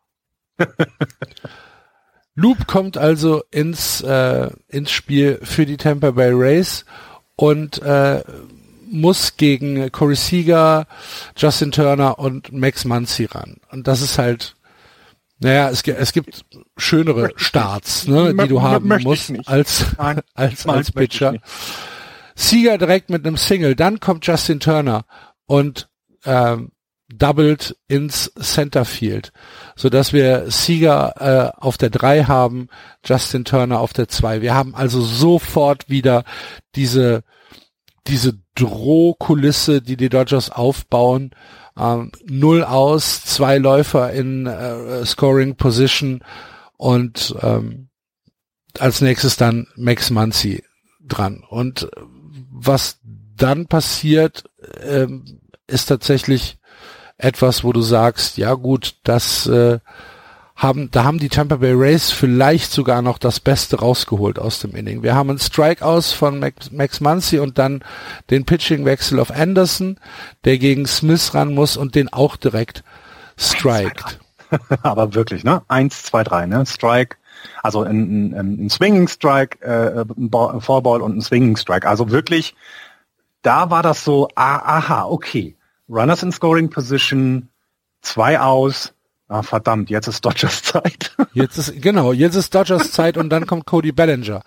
Loop kommt also ins äh, ins Spiel für die Tampa Bay Rays und äh, muss gegen Corey Seager, Justin Turner und Max Muncy ran. Und das ist halt, naja, es, es gibt schönere Starts, ne, die du haben musst als Nein, als als Pitcher. Seager direkt mit einem Single, dann kommt Justin Turner und ähm, doubled ins Centerfield, so dass wir Seager äh, auf der drei haben, Justin Turner auf der zwei. Wir haben also sofort wieder diese diese Drohkulisse, die die Dodgers aufbauen. Ähm, null aus, zwei Läufer in äh, Scoring Position und ähm, als nächstes dann Max Muncy dran. Und was dann passiert, ähm, ist tatsächlich etwas, wo du sagst, ja gut, das äh, haben, da haben die Tampa Bay Rays vielleicht sogar noch das Beste rausgeholt aus dem Inning. Wir haben einen Strikeout von Max, Max Muncy und dann den Pitching-Wechsel auf Anderson, der gegen Smith ran muss und den auch direkt strikt. Aber wirklich, ne? Eins, zwei, drei, ne? Strike, also ein, ein, ein Swinging Strike, äh, ein Foulball und ein Swinging Strike. Also wirklich, da war das so, ah, aha, okay. Runners in Scoring Position, zwei aus. Ah, verdammt, jetzt ist Dodgers Zeit. Jetzt ist, genau, jetzt ist Dodgers Zeit und dann kommt Cody Bellinger.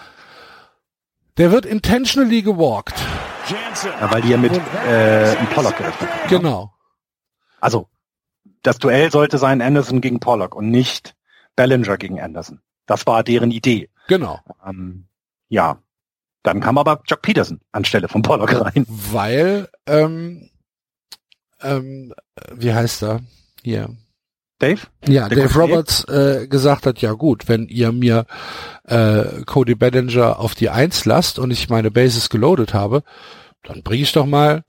Der wird intentionally gewalkt. Ja, weil die ja mit äh, Pollock gerechnet haben. Genau. Also, das Duell sollte sein Anderson gegen Pollock und nicht Bellinger gegen Anderson. Das war deren Idee. Genau. Ähm, ja. Dann kam aber Jock Peterson anstelle von Pollock rein. Weil, ähm, ähm, wie heißt er? Hier. Dave? Ja, Der Dave Kollege? Roberts äh, gesagt hat, ja gut, wenn ihr mir äh, Cody Bellinger auf die Eins lasst und ich meine Bases geloadet habe, dann bringe ich doch mal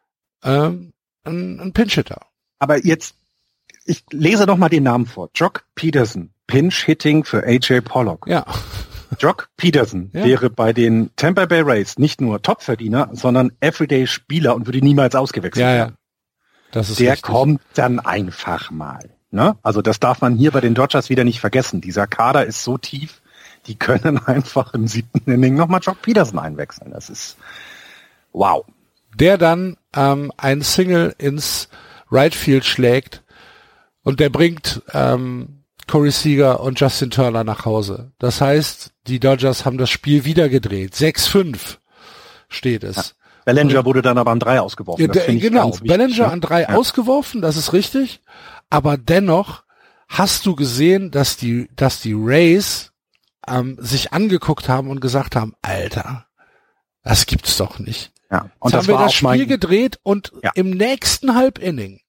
ähm, einen, einen Pinch-Hitter. Aber jetzt, ich lese doch mal den Namen vor. Jock Peterson, Pinch-Hitting für A J Pollock. Ja. Jock Peterson Ja. wäre bei den Tampa Bay Rays nicht nur Topverdiener, sondern Everyday-Spieler und würde niemals ausgewechselt Ja, werden. ja. Das ist Der richtig. kommt dann einfach mal. Ne? Also das darf man hier bei den Dodgers wieder nicht vergessen. Dieser Kader ist so tief, die können einfach im siebten Inning nochmal Jock Peterson einwechseln. Das ist wow. Der dann ähm, ein Single ins Right Field schlägt und der bringt ähm, Corey Seager und Justin Turner nach Hause. Das heißt, die Dodgers haben das Spiel wieder gedreht. sechs fünf steht es. Ja. Bellinger wurde dann aber an drei ausgeworfen. Ja, Das finde ich genau, ganz wichtig, Bellinger ne? an drei Ja. ausgeworfen, das ist richtig. Aber dennoch hast du gesehen, dass die, dass die Rays ähm, sich angeguckt haben und gesagt haben, Alter, das gibt's doch nicht. Ja. Jetzt Und das haben wir war das auch Spiel mein, gedreht und Ja. im nächsten Halbinning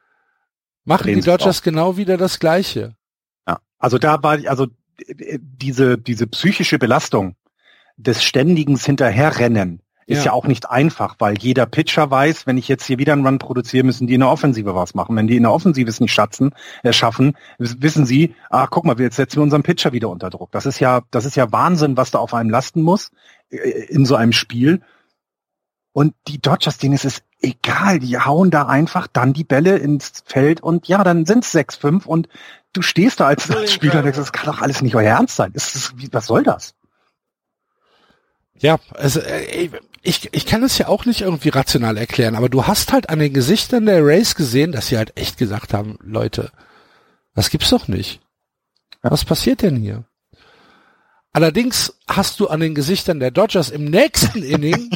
machen Drehen die sie Dodgers auf. genau wieder das Gleiche. ja. Also da war, also äh, diese diese psychische Belastung des ständigen Hinterherrennen ist Ja. ja. auch nicht einfach, weil jeder Pitcher weiß, wenn ich jetzt hier wieder einen Run produziere, müssen die in der Offensive was machen. Wenn die in der Offensive es nicht schatzen, äh, schaffen, wissen sie, ach guck mal, jetzt setzen wir unseren Pitcher wieder unter Druck. Das ist ja, das ist ja Wahnsinn, was da auf einem lasten muss äh, in so einem Spiel. Und die Dodgers, denen ist es egal, die hauen da einfach dann die Bälle ins Feld und ja, dann sind es sechs fünf und du stehst da als, als Spieler und denkst, das kann doch alles nicht euer Ernst sein. Das ist, wie, was soll das? Ja, also, äh, ich, ich kann es ja auch nicht irgendwie rational erklären, aber du hast halt an den Gesichtern der Rays gesehen, dass sie halt echt gesagt haben, Leute, das gibt's doch nicht. Was passiert denn hier? Allerdings hast du an den Gesichtern der Dodgers im nächsten Inning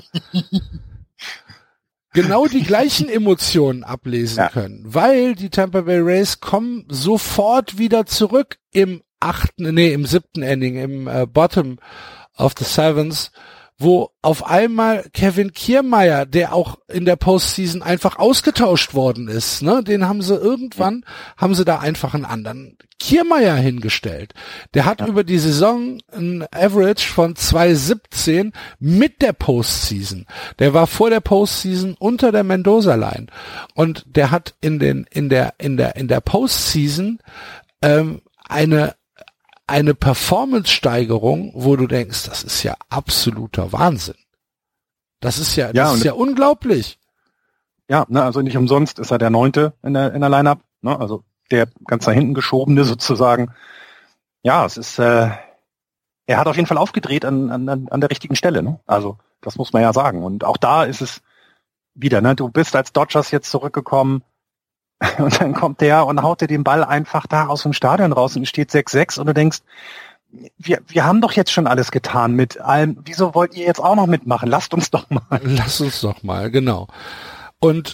genau die gleichen Emotionen ablesen ja. können, weil die Tampa Bay Rays kommen sofort wieder zurück im achten, nee, im siebten Inning, im äh, Bottom of the Sevens, wo auf einmal Kevin Kiermaier, der auch in der Postseason einfach ausgetauscht worden ist, ne, den haben sie irgendwann, haben sie da einfach einen anderen Kiermaier hingestellt. Der hat ja. über die Saison ein Average von zwei siebzehn mit der Postseason. Der war vor der Postseason unter der Mendoza-Line. Und der hat in den, in der, in der, in der Postseason, ähm, eine, eine Performance-Steigerung, wo du denkst, das ist ja absoluter Wahnsinn. Das ist ja, das ja, ist ja unglaublich. Ja, ne, also nicht umsonst ist er der Neunte in der, in der Line-Up, ne, also der ganz nach hinten geschobene sozusagen. Ja, es ist, äh, er hat auf jeden Fall aufgedreht an, an, an der richtigen Stelle, ne? Also, das muss man ja sagen. Und auch da ist es wieder, ne, du bist als Dodgers jetzt zurückgekommen und dann kommt der und haut dir den Ball einfach da aus dem Stadion raus und steht sechs sechs und du denkst, wir, wir haben doch jetzt schon alles getan mit allem, wieso wollt ihr jetzt auch noch mitmachen? Lasst uns doch mal. Lasst uns doch mal, genau. Und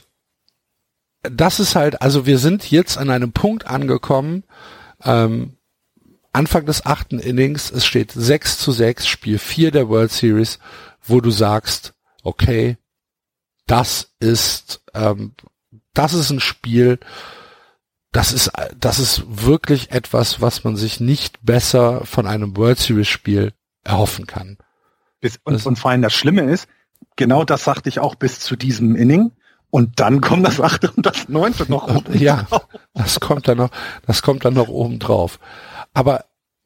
das ist halt, also wir sind jetzt an einem Punkt angekommen, ähm, Anfang des achten Innings, es steht sechs zu sechs, Spiel vier der World Series, wo du sagst, okay, das ist, ähm, das ist ein Spiel, das ist, das ist wirklich etwas, was man sich nicht besser von einem World Series Spiel erhoffen kann. Bis, und, und vor allem das Schlimme ist, genau das sagte ich auch bis zu diesem Inning. Und dann kommt das achte und das neunte noch oben drauf. Ja, das kommt dann noch, das kommt dann noch oben drauf. Aber,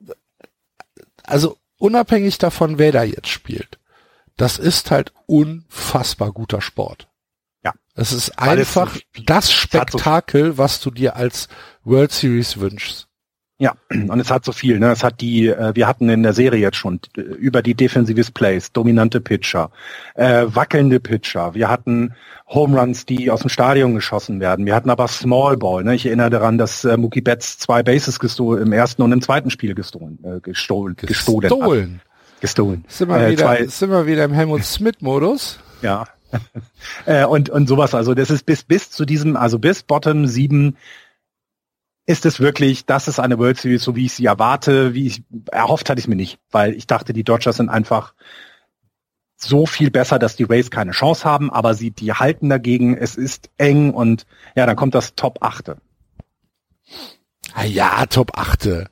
also, unabhängig davon, wer da jetzt spielt, das ist halt unfassbar guter Sport. Ja. Es ist einfach das Spektakel, was du dir als World Series wünschst. Ja, und es hat so viel, ne? Es hat die, äh, wir hatten in der Serie jetzt schon äh, über die Defensive Plays, dominante Pitcher, äh, wackelnde Pitcher. Wir hatten Home Runs, die aus dem Stadion geschossen werden. Wir hatten aber Small Ball, ne? Ich erinnere daran, dass äh, Mookie Betts zwei Bases gestohlen, im ersten und im zweiten Spiel gestohlen, äh, gestohlen, gestohlen. Gestohlen. Hat. Gestohlen. Sind wir äh, wieder, sind wir wieder im Helmut Smith-Modus? Ja. äh, und, und sowas, also das ist bis, bis zu diesem, also bis Bottom sieben, ist es wirklich, das ist eine World Series, so wie ich sie erwarte, wie ich erhofft hatte ich mir nicht, weil ich dachte, die Dodgers sind einfach so viel besser, dass die Rays keine Chance haben, aber sie, die halten dagegen, es ist eng und ja, dann kommt das Top achte. Ah ja, Top achte.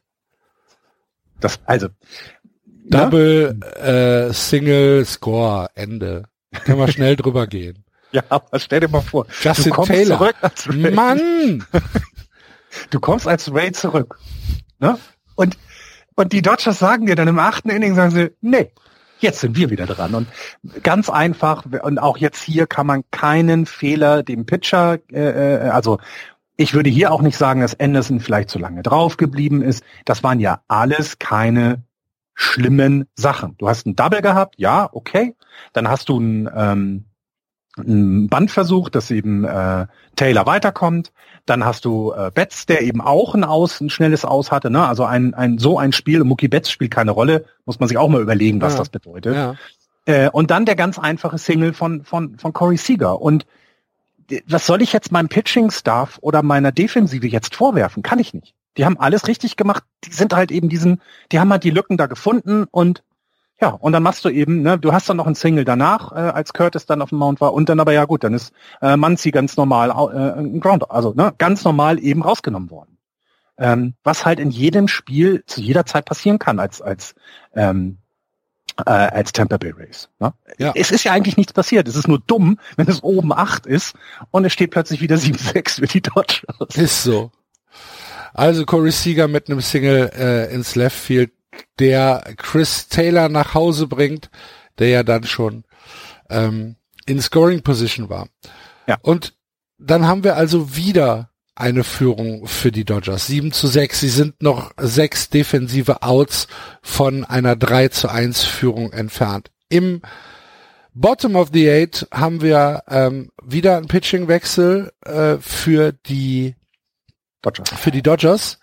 Das, also. Double, ne? äh, Single, Score, Ende. Können wir schnell drüber gehen. Ja, aber stell dir mal vor, Justin du kommst Taylor. Zurück als Ray. Mann! Du kommst als Ray zurück. Ne? Und, und die Dodgers sagen dir dann im achten Inning, sagen sie, nee, jetzt sind wir wieder dran. Und ganz einfach, und auch jetzt hier kann man keinen Fehler dem Pitcher, äh, also ich würde hier auch nicht sagen, dass Anderson vielleicht zu lange drauf geblieben ist. Das waren ja alles keine schlimmen Sachen. Du hast einen Double gehabt, ja, okay. Dann hast du einen, ähm, einen Bandversuch, dass eben äh, Taylor weiterkommt. Dann hast du äh, Betts, der eben auch ein Aus, ein schnelles Aus hatte. Ne? Also ein, ein so ein Spiel, Mookie Betts spielt keine Rolle, muss man sich auch mal überlegen, was ja. das bedeutet. Ja. Äh, und dann der ganz einfache Single von von von Corey Seager. Und was soll ich jetzt meinem Pitching-Staff oder meiner Defensive jetzt vorwerfen? Kann ich nicht. Die haben alles richtig gemacht. Die sind halt eben diesen, die haben halt die Lücken da gefunden und ja, und dann machst du eben, ne, du hast dann noch einen Single danach, äh, als Curtis dann auf dem Mount war und dann aber ja gut, dann ist äh, Muncy ganz normal äh, ein Ground, also ne, ganz normal eben rausgenommen worden. Ähm, was halt in jedem Spiel zu jeder Zeit passieren kann als als ähm, äh, als Tampa Bay Rays. Ne? Ja. Es ist ja eigentlich nichts passiert. Es ist nur dumm, wenn es oben acht ist und es steht plötzlich wieder sieben sechs für die Dodgers. Ist so. Also Corey Seager mit einem Single äh, ins Left Field, der Chris Taylor nach Hause bringt, der ja dann schon ähm, in Scoring Position war. Ja. Und dann haben wir also wieder eine Führung für die Dodgers. sieben zu sechs. Sie sind noch sechs defensive Outs von einer drei zu eins Führung entfernt. Im Bottom of the Eight haben wir ähm, wieder einen Pitching-Wechsel äh, für die Dodgers. Für die Dodgers.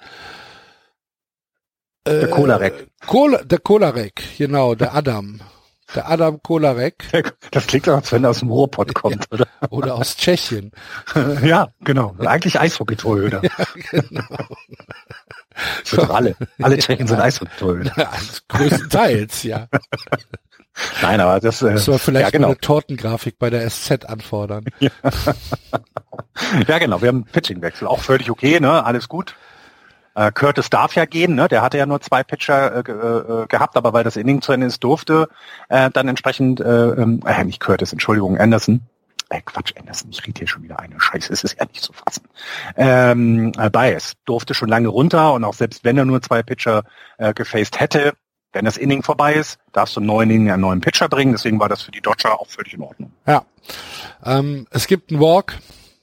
Der äh, Kolarek. Kola, der Kolarek, genau, der Adam. Der Adam Kolarek. Das klingt auch, als wenn er aus dem Ruhrpott kommt, oder? Oder aus Tschechien. Ja, genau. Eigentlich Eishockey-Torhüter. Ja, genau. Für alle. Alle Tschechen sind Eishockey-Torhüter. Ja, größtenteils, ja. Nein, aber das... Äh, das war vielleicht ja, genau. eine Tortengrafik bei der S Z anfordern. Ja. Ja, genau. Wir haben einen Pitching-Wechsel. Auch völlig okay, ne? Alles gut. Äh, Curtis darf ja gehen, ne? Der hatte ja nur zwei Pitcher äh, ge äh, gehabt, aber weil das Inning zu Ende ist, durfte äh, dann entsprechend, äh, äh, nicht Curtis, Entschuldigung, Anderson. Äh, Quatsch, Anderson, ich rede hier schon wieder eine Scheiße, es ist ja nicht zu fassen. Ähm, äh, Baez durfte schon lange runter und auch selbst wenn er nur zwei Pitcher äh, gefaced hätte, wenn das Inning vorbei ist, darfst du einen neuen Inning einen neuen Pitcher bringen, deswegen war das für die Dodger auch völlig in Ordnung. Ja, ähm, es gibt einen Walk,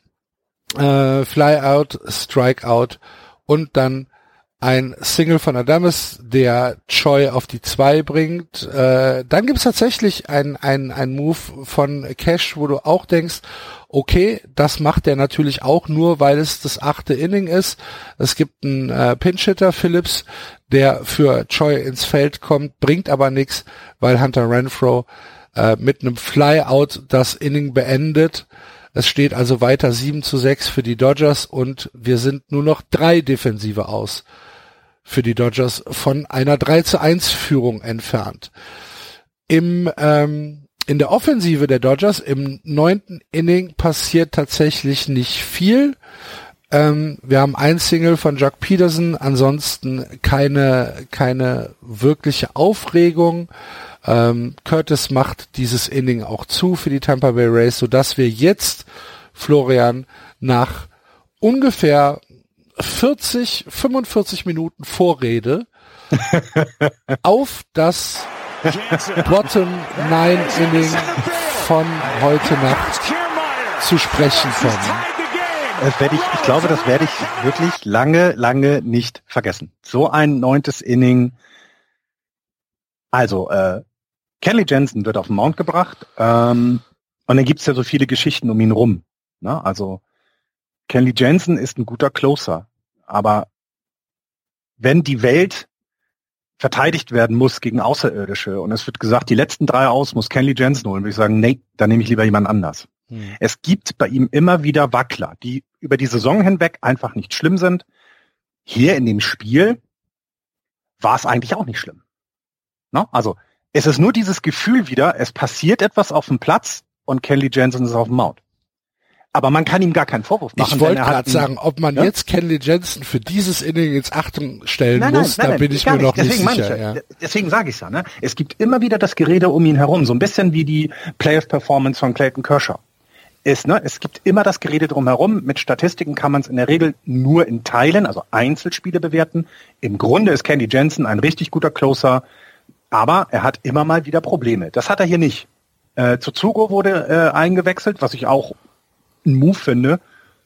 äh, Flyout, Strikeout und dann ein Single von Adames, der Choi auf die zwei bringt. Äh, dann gibt's tatsächlich ein ein ein Move von Cash, wo du auch denkst, okay, das macht der natürlich auch nur, weil es das achte Inning ist. Es gibt einen äh, Pinch-Hitter, Phillips, der für Choi ins Feld kommt, bringt aber nichts, weil Hunter Renfroe äh, mit einem Flyout das Inning beendet. Es steht also weiter sieben zu sechs für die Dodgers und wir sind nur noch drei Defensive aus für die Dodgers von einer drei zu eins Führung entfernt. Im ähm, in der Offensive der Dodgers im neunten Inning passiert tatsächlich nicht viel. Ähm, wir haben ein Single von Jock Peterson, ansonsten keine keine wirkliche Aufregung. Ähm, Curtis macht dieses Inning auch zu für die Tampa Bay Rays, sodass wir jetzt, Florian, nach ungefähr vierzig, fünfundvierzig Minuten Vorrede auf das Bottom Nine Inning von heute Nacht zu sprechen kommen. Das werde ich, ich glaube, das werde ich wirklich lange, lange nicht vergessen. So ein neuntes Inning. Also, äh, Kenley Jansen wird auf den Mount gebracht, ähm, und dann gibt's ja so viele Geschichten um ihn rum. Ne? Also Kenley Jansen ist ein guter Closer, aber wenn die Welt verteidigt werden muss gegen Außerirdische und es wird gesagt, die letzten drei aus muss Kenley Jansen holen, würde ich sagen, nee, dann nehme ich lieber jemand anders. Hm. Es gibt bei ihm immer wieder Wackler, die über die Saison hinweg einfach nicht schlimm sind. Hier in dem Spiel war es eigentlich auch nicht schlimm. No? Also es ist nur dieses Gefühl wieder, es passiert etwas auf dem Platz und Kenley Jansen ist auf dem Mount. Aber man kann ihm gar keinen Vorwurf machen. Ich wollte gerade sagen, ob man ja? jetzt Kenley Jansen für dieses Inning ins Achtung stellen nein, muss, nein, nein, da bin ich mir noch nicht sicher. Ja. Deswegen sage ich es ja. Ne? Es gibt immer wieder das Gerede um ihn herum, so ein bisschen wie die Playoff-Performance von Clayton Kershaw. Ist, ne? Es gibt immer das Gerede drumherum. Mit Statistiken kann man es in der Regel nur in Teilen, also Einzelspiele bewerten. Im Grunde ist Kenley Jansen ein richtig guter Closer, aber er hat immer mal wieder Probleme. Das hat er hier nicht. Äh, Tsutsugo wurde äh, eingewechselt, was ich auch ein Move finde.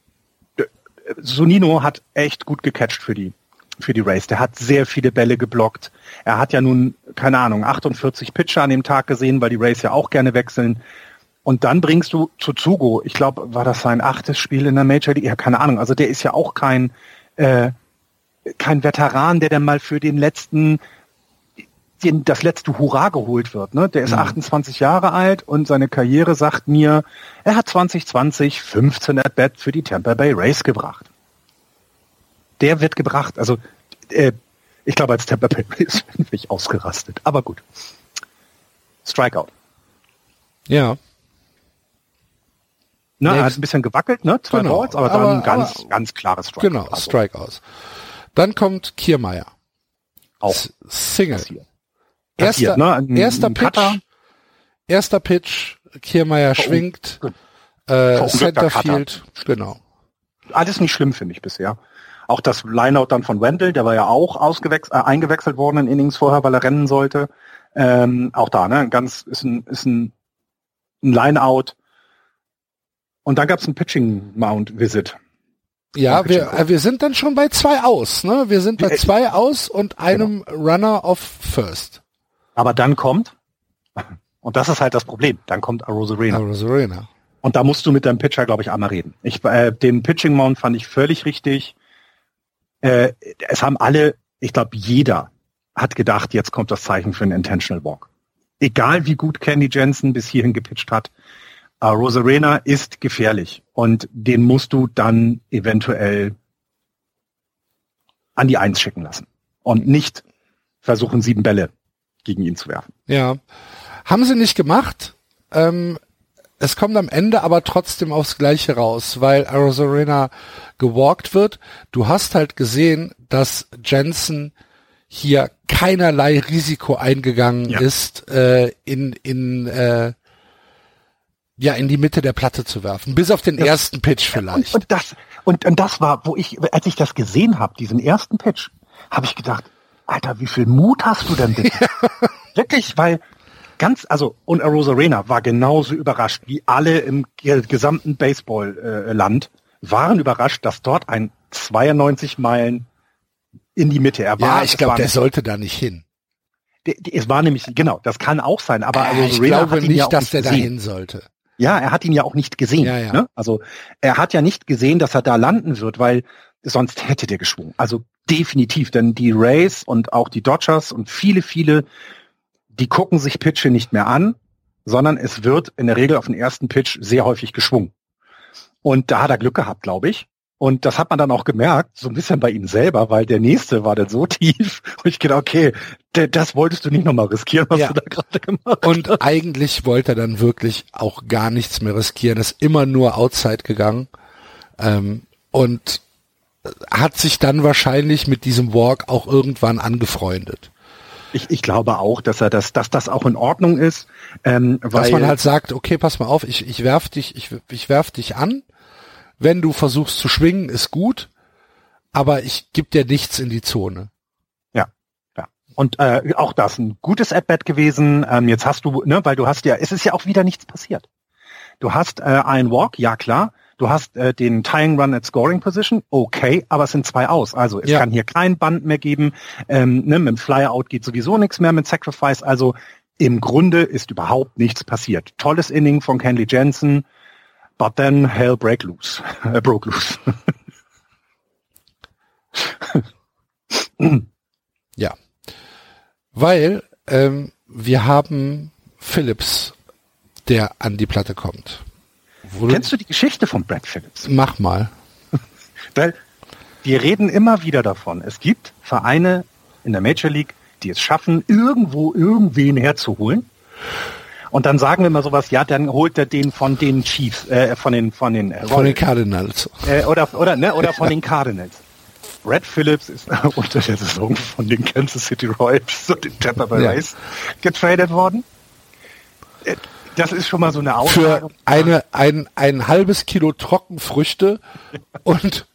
Zunino hat echt gut gecatcht für die für die Rays. Der hat sehr viele Bälle geblockt. Er hat ja nun, keine Ahnung, achtundvierzig Pitcher an dem Tag gesehen, weil die Rays ja auch gerne wechseln. Und dann bringst du Tsutsugo, ich glaube, war das sein achtes Spiel in der Major League? Ja, keine Ahnung. Also der ist ja auch kein äh, kein Veteran, der dann mal für den letzten den das letzte Hurra geholt wird. Ne? Der ist mhm. achtundzwanzig Jahre alt und seine Karriere sagt mir, er hat zwanzig zwanzig fünfzehn At-Bat für die Tampa Bay Rays gebracht. Der wird gebracht. Also äh, ich glaube, als Tampa Bay Rays bin ich ausgerastet. Aber gut. Strikeout. Ja. Ne, er hat ein bisschen gewackelt, ne? Zwei genau. Balls, aber, aber dann ganz, aber, ganz klares Strikeout. Genau, also. Strikeouts. Dann kommt Kiermaier. Auch S- Single. Passiert. Erster, Passiert, ne? ein, erster ein Pitch, Cutter. erster Pitch, Kiermaier Ver- schwingt, Ver- äh, Centerfield, genau. Alles nicht schlimm, finde ich bisher. Auch das Lineout dann von Wendell, der war ja auch ausgewechselt, äh, eingewechselt worden in Innings vorher, weil er rennen sollte. Ähm, auch da, ne, ganz ist ein ist ein, ein Lineout. Und dann gab es ein Pitching Mound Visit. Ja, wir äh, wir sind dann schon bei zwei aus, ne? Wir sind bei zwei aus und einem genau. Runner auf First. Aber dann kommt, Und das ist halt das Problem. Dann kommt Arozarena. Arozarena. Und da musst du mit deinem Pitcher, glaube ich, einmal reden. Ich, äh, den Pitching Mound fand ich völlig richtig. Äh, es haben alle, ich glaube, jeder hat gedacht, jetzt kommt das Zeichen für einen Intentional Walk. Egal wie gut Kenley Jansen bis hierhin gepitcht hat, Arozarena ist gefährlich. Und den musst du dann eventuell an die Eins schicken lassen. Und nicht versuchen, sieben Bälle gegen ihn zu werfen. Ja. Haben sie nicht gemacht. Ähm, es kommt am Ende aber trotzdem aufs Gleiche raus, weil Arozarena gewalkt wird. Du hast halt gesehen, dass Jansen hier keinerlei Risiko eingegangen ja. ist, äh, in in äh, ja in die Mitte der Platte zu werfen, bis auf den ja. ersten Pitch vielleicht. Und, und das und, und das war, wo ich, als ich das gesehen habe, diesen ersten Pitch, habe ich gedacht, Alter, wie viel Mut hast du denn bitte? Ja. Wirklich, weil ganz, also und Arozarena war genauso überrascht wie alle im gesamten Baseball-Land äh, waren überrascht, dass dort ein zweiundneunzig Meilen in die Mitte. Er war, ja, ich glaube, der sollte da nicht hin. Der, der, es war nämlich, genau, das kann auch sein, aber äh, Arozarena ich glaube hat ihn nicht, ja auch dass nicht der da gesehen. hin sollte. Ja, er hat ihn ja auch nicht gesehen. Ja, ja. Ne? Also er hat ja nicht gesehen, dass er da landen wird, weil sonst hätte der geschwungen. Also definitiv, denn die Rays und auch die Dodgers und viele, viele, die gucken sich Pitche nicht mehr an, sondern es wird in der Regel auf den ersten Pitch sehr häufig geschwungen. Und da hat er Glück gehabt, glaube ich. Und das hat man dann auch gemerkt, so ein bisschen bei ihm selber, weil der nächste war dann so tief. Und ich gedacht, okay, d- das wolltest du nicht nochmal riskieren, was ja. du da gerade gemacht hast. Und eigentlich wollte er dann wirklich auch gar nichts mehr riskieren. Ist immer nur Outside gegangen. Ähm, und hat sich dann wahrscheinlich mit diesem Walk auch irgendwann angefreundet. Ich, ich glaube auch, dass er das, dass das auch in Ordnung ist. Ähm, weil dass man halt sagt, okay, pass mal auf, ich, ich werf dich, ich, ich werf dich an. Wenn du versuchst zu schwingen, ist gut, aber ich gebe dir nichts in die Zone. Ja, ja. Und äh, auch das ein gutes At-Bat gewesen. Ähm, jetzt hast du, ne, weil du hast ja, es ist ja auch wieder nichts passiert. Du hast äh, einen Walk, ja klar. Du hast äh, den Tying Run at Scoring Position, okay, aber es sind zwei aus. Also es ja. kann hier kein Band mehr geben. Ähm, ne, mit dem Flyout geht sowieso nichts mehr mit Sacrifice. Also im Grunde ist überhaupt nichts passiert. Tolles Inning von Kenley Jansen. But then hell break loose. Äh, broke loose. Ja. Weil ähm, wir haben Phillips, der an die Platte kommt. Wo Kennst du die Geschichte von Brad Phillips? Mach mal. Weil wir reden immer wieder davon. Es gibt Vereine in der Major League, die es schaffen, irgendwo irgendwen herzuholen. Und dann sagen wir immer sowas, ja, dann holt er den von den Chiefs, äh, von den von den äh, von den Cardinals äh, oder oder ne oder von den Cardinals. Brad Phillips ist unter der Saison von den Kansas City Royals und den Tampa Bay Rays ja. getradet worden. Das ist schon mal so eine Aussage. Für eine ein ein halbes Kilo Trockenfrüchte und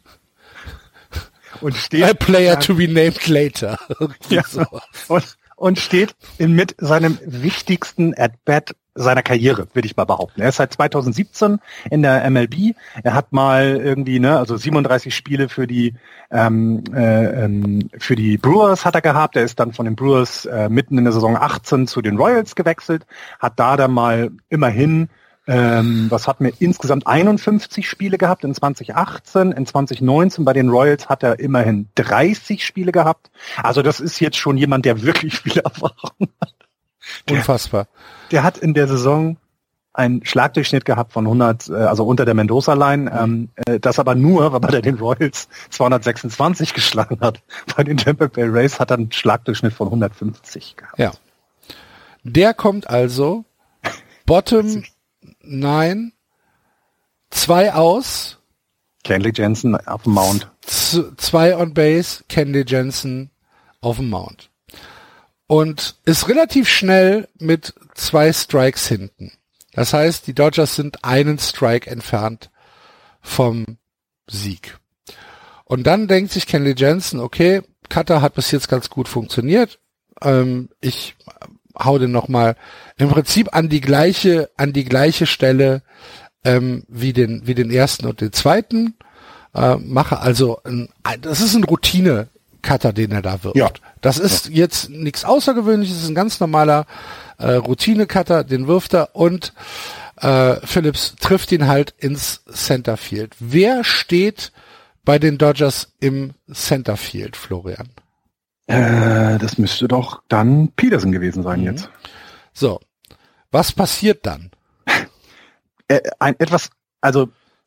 und steht a player to be named later. Ja, und Und steht mit seinem wichtigsten At-Bat seiner Karriere, würde ich mal behaupten. Er ist seit zweitausendsiebzehn in der M L B. Er hat mal irgendwie, ne, also siebenunddreißig Spiele für die ähm, äh, ähm, für die Brewers hat er gehabt. Er ist dann von den Brewers äh, mitten in der Saison achtzehn zu den Royals gewechselt, hat da dann mal immerhin Ähm, was hat mir insgesamt einundfünfzig Spiele gehabt in zwanzig achtzehn, in zwanzig neunzehn bei den Royals hat er immerhin dreißig Spiele gehabt. Also das ist jetzt schon jemand, der wirklich viel Erfahrung hat. Der, Unfassbar. Der hat in der Saison einen Schlagdurchschnitt gehabt von hundert, also unter der Mendoza-Line, ähm, das aber nur, weil er den Royals zweihundertsechsundzwanzig geschlagen hat. Bei den Tampa Bay Rays hat er einen Schlagdurchschnitt von hundertfünfzig gehabt. Ja. Der kommt also Bottom Nein. Zwei aus. Kenley Jansen auf dem Mount. Z- zwei on Base. Kenley Jansen auf dem Mount. Und ist relativ schnell mit zwei Strikes hinten. Das heißt, die Dodgers sind einen Strike entfernt vom Sieg. Und dann denkt sich Kenley Jansen, okay, Cutter hat bis jetzt ganz gut funktioniert. Ähm, ich hau den nochmal im Prinzip an die gleiche, an die gleiche Stelle ähm, wie den, wie den ersten und den zweiten. Äh, mache also, ein, das ist ein Routine-Cutter, den er da wirft. Ja. Das ist ja. jetzt nichts Außergewöhnliches, das ist ein ganz normaler äh, Routine-Cutter, den wirft er und äh, Phillips trifft ihn halt ins Centerfield. Wer steht bei den Dodgers im Centerfield, Florian? Äh, das müsste doch dann Peterson gewesen sein mhm. jetzt. So, was passiert dann? Äh, ein etwas, also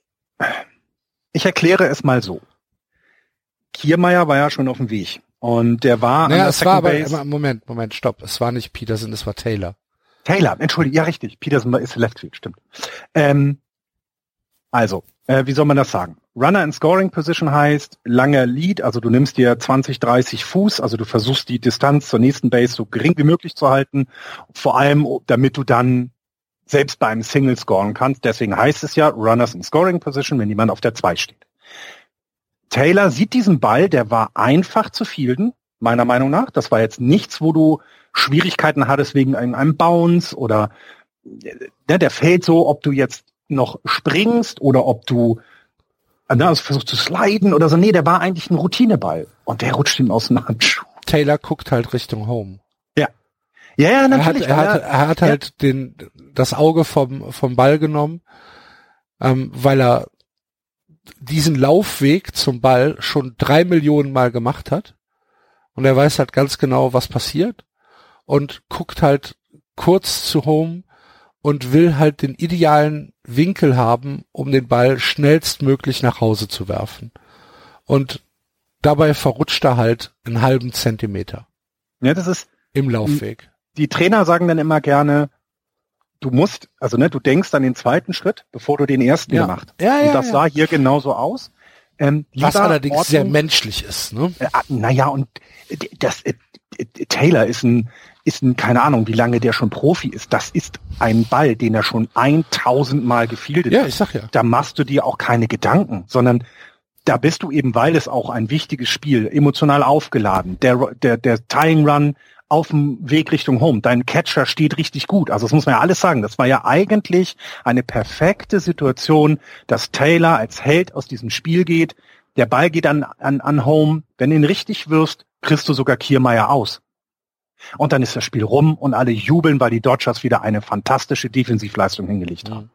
ich erkläre es mal so. Kiermaier war ja schon auf dem Weg und der war naja, an der es war Second aber, Base. Moment, Moment, stopp. Es war nicht Peterson, es war Taylor. Taylor, entschuldige, ja richtig. Peterson ist Left Field, stimmt. Ähm, also, äh, wie soll man das sagen? Runner in Scoring Position heißt langer Lead, also du nimmst dir zwanzig, dreißig Fuß, also du versuchst die Distanz zur nächsten Base so gering wie möglich zu halten, vor allem damit du dann selbst beim Single scoren kannst. Deswegen heißt es ja Runners in Scoring Position, wenn jemand auf der zwei steht. Taylor sieht diesen Ball, der war einfach zu fielden, meiner Meinung nach. Das war jetzt nichts, wo du Schwierigkeiten hattest wegen einem Bounce oder ne, der fällt so, ob du jetzt noch springst oder ob du ne, also versuchst zu sliden oder so. Nee, der war eigentlich ein Routineball und der rutscht ihm aus dem Handschuh. Taylor guckt halt Richtung Home. Ja. Ja, ja, natürlich. Er hat, er hat, er hat ja. halt den, das Auge vom, vom Ball genommen, ähm, weil er diesen Laufweg zum Ball schon drei Millionen Mal gemacht hat. Und er weiß halt ganz genau, was passiert. Und guckt halt kurz zu Home und will halt den idealen Winkel haben, um den Ball schnellstmöglich nach Hause zu werfen. Und dabei verrutscht er halt einen halben Zentimeter. Ja, das ist im Laufweg. Die Trainer sagen dann immer gerne, du musst, also ne, du denkst an den zweiten Schritt, bevor du den ersten ja. gemacht. Ja, und ja, das ja. sah hier genauso aus. Ähm, Was allerdings Ordnung, sehr menschlich ist, ne? Äh, naja, und das äh, Taylor ist ein, ist ein, keine Ahnung, wie lange der schon Profi ist. Das ist ein Ball, den er schon eintausend Mal gefieldet ja, hat. Ja, ich sag ja. Da machst du dir auch keine Gedanken, sondern da bist du eben, weil es auch ein wichtiges Spiel, emotional aufgeladen. Der, der, der Tying Run auf dem Weg Richtung Home. Dein Catcher steht richtig gut. Also das muss man ja alles sagen. Das war ja eigentlich eine perfekte Situation, dass Taylor als Held aus diesem Spiel geht. Der Ball geht an, an, an Home. Wenn du ihn richtig wirst, kriegst du sogar Kiermaier aus. Und dann ist das Spiel rum und alle jubeln, weil die Dodgers wieder eine fantastische Defensivleistung hingelegt haben.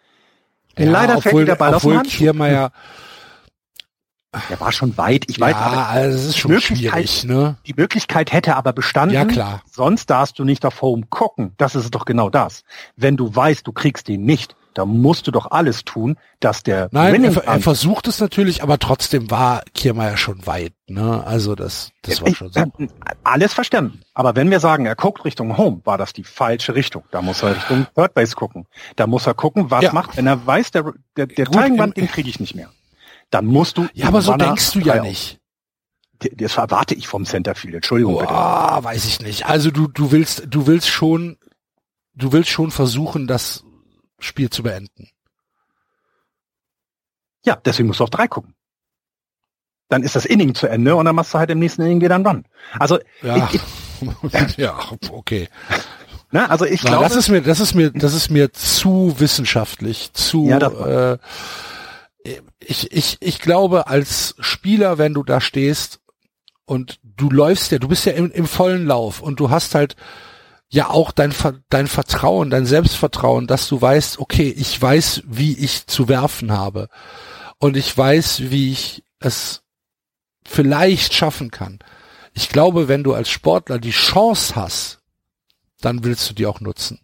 Ja, Leider obwohl, fällt der Ball aus dem Handschuh. Kiermaier Der war schon weit, ich weiß. Ja, also es ist schon schwierig, ne? Die Möglichkeit hätte aber bestanden. Ja, klar. Sonst darfst du nicht auf Home gucken. Das ist doch genau das. Wenn du weißt, du kriegst ihn nicht, dann musst du doch alles tun, dass der Nein, er, er versucht es natürlich, aber trotzdem war Kiermaier schon weit, ne? Also das, das war schon so. Alles verstanden. Aber wenn wir sagen, er guckt Richtung Home, war das die falsche Richtung. Da muss er Richtung Third Base gucken. Da muss er gucken, was ja. macht, wenn er weiß, der, der, der Tying-Run, den kriege ich nicht mehr. Dann musst du... Ja, aber so denkst du ja nicht. Das erwarte ich vom Centerfield. Entschuldigung, bitte. Ah, weiß ich nicht. Also du, du willst, du willst schon, du willst schon versuchen, das Spiel zu beenden. Ja, deswegen musst du auf drei gucken. Dann ist das Inning zu Ende und dann machst du halt im nächsten Inning wieder einen Run. Also, ja, ich, ich, ja, okay. Na, also ich Na, glaube, das ist mir, das ist mir, das ist mir zu wissenschaftlich, zu. Ja, das äh, ich, ich, ich glaube, als Spieler, wenn du da stehst und du läufst ja, du bist ja im, im vollen Lauf und du hast halt ja auch dein, dein Vertrauen, dein Selbstvertrauen, dass du weißt, okay, ich weiß, wie ich zu werfen habe und ich weiß, wie ich es vielleicht schaffen kann. Ich glaube, wenn du als Sportler die Chance hast, dann willst du die auch nutzen.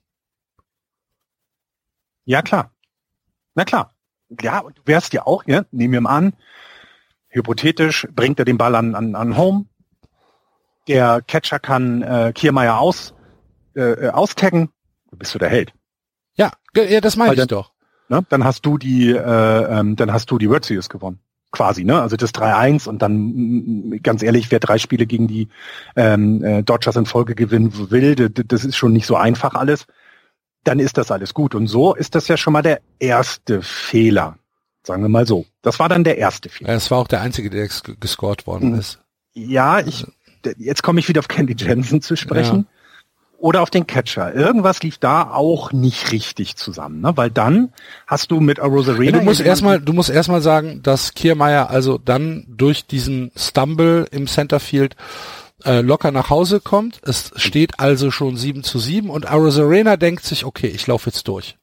Ja, klar. Na klar. Ja, und du wärst ja auch, ja, nehmen wir mal an, hypothetisch bringt er den Ball an, an, an Home. Der Catcher kann äh, Kiermaier aus, äh, austaggen. Du bist du der Held. Ja, ja, das meine ich dann, doch. Ne, dann hast du die, äh, ähm, dann hast du die World Series gewonnen. Quasi, ne? Also das drei eins und dann, ganz ehrlich, wer drei Spiele gegen die ähm, äh, Dodgers in Folge gewinnen will, das ist schon nicht so einfach alles. Dann ist das alles gut. Und so ist das ja schon mal der erste Fehler. Sagen wir mal so. Das war dann der erste Fehler. Ja, es war auch der einzige, der gescored worden ist. Ja, ich, jetzt komme ich wieder auf Kenley Jansen zu sprechen. Ja. Oder auf den Catcher. Irgendwas lief da auch nicht richtig zusammen, ne? Weil dann hast du mit Arozarena... Ja, du musst erstmal, du musst erstmal sagen, dass Kiermaier also dann durch diesen Stumble im Centerfield äh, locker nach Hause kommt. Es steht also schon sieben zu sieben und Arozarena denkt sich, okay, ich laufe jetzt durch.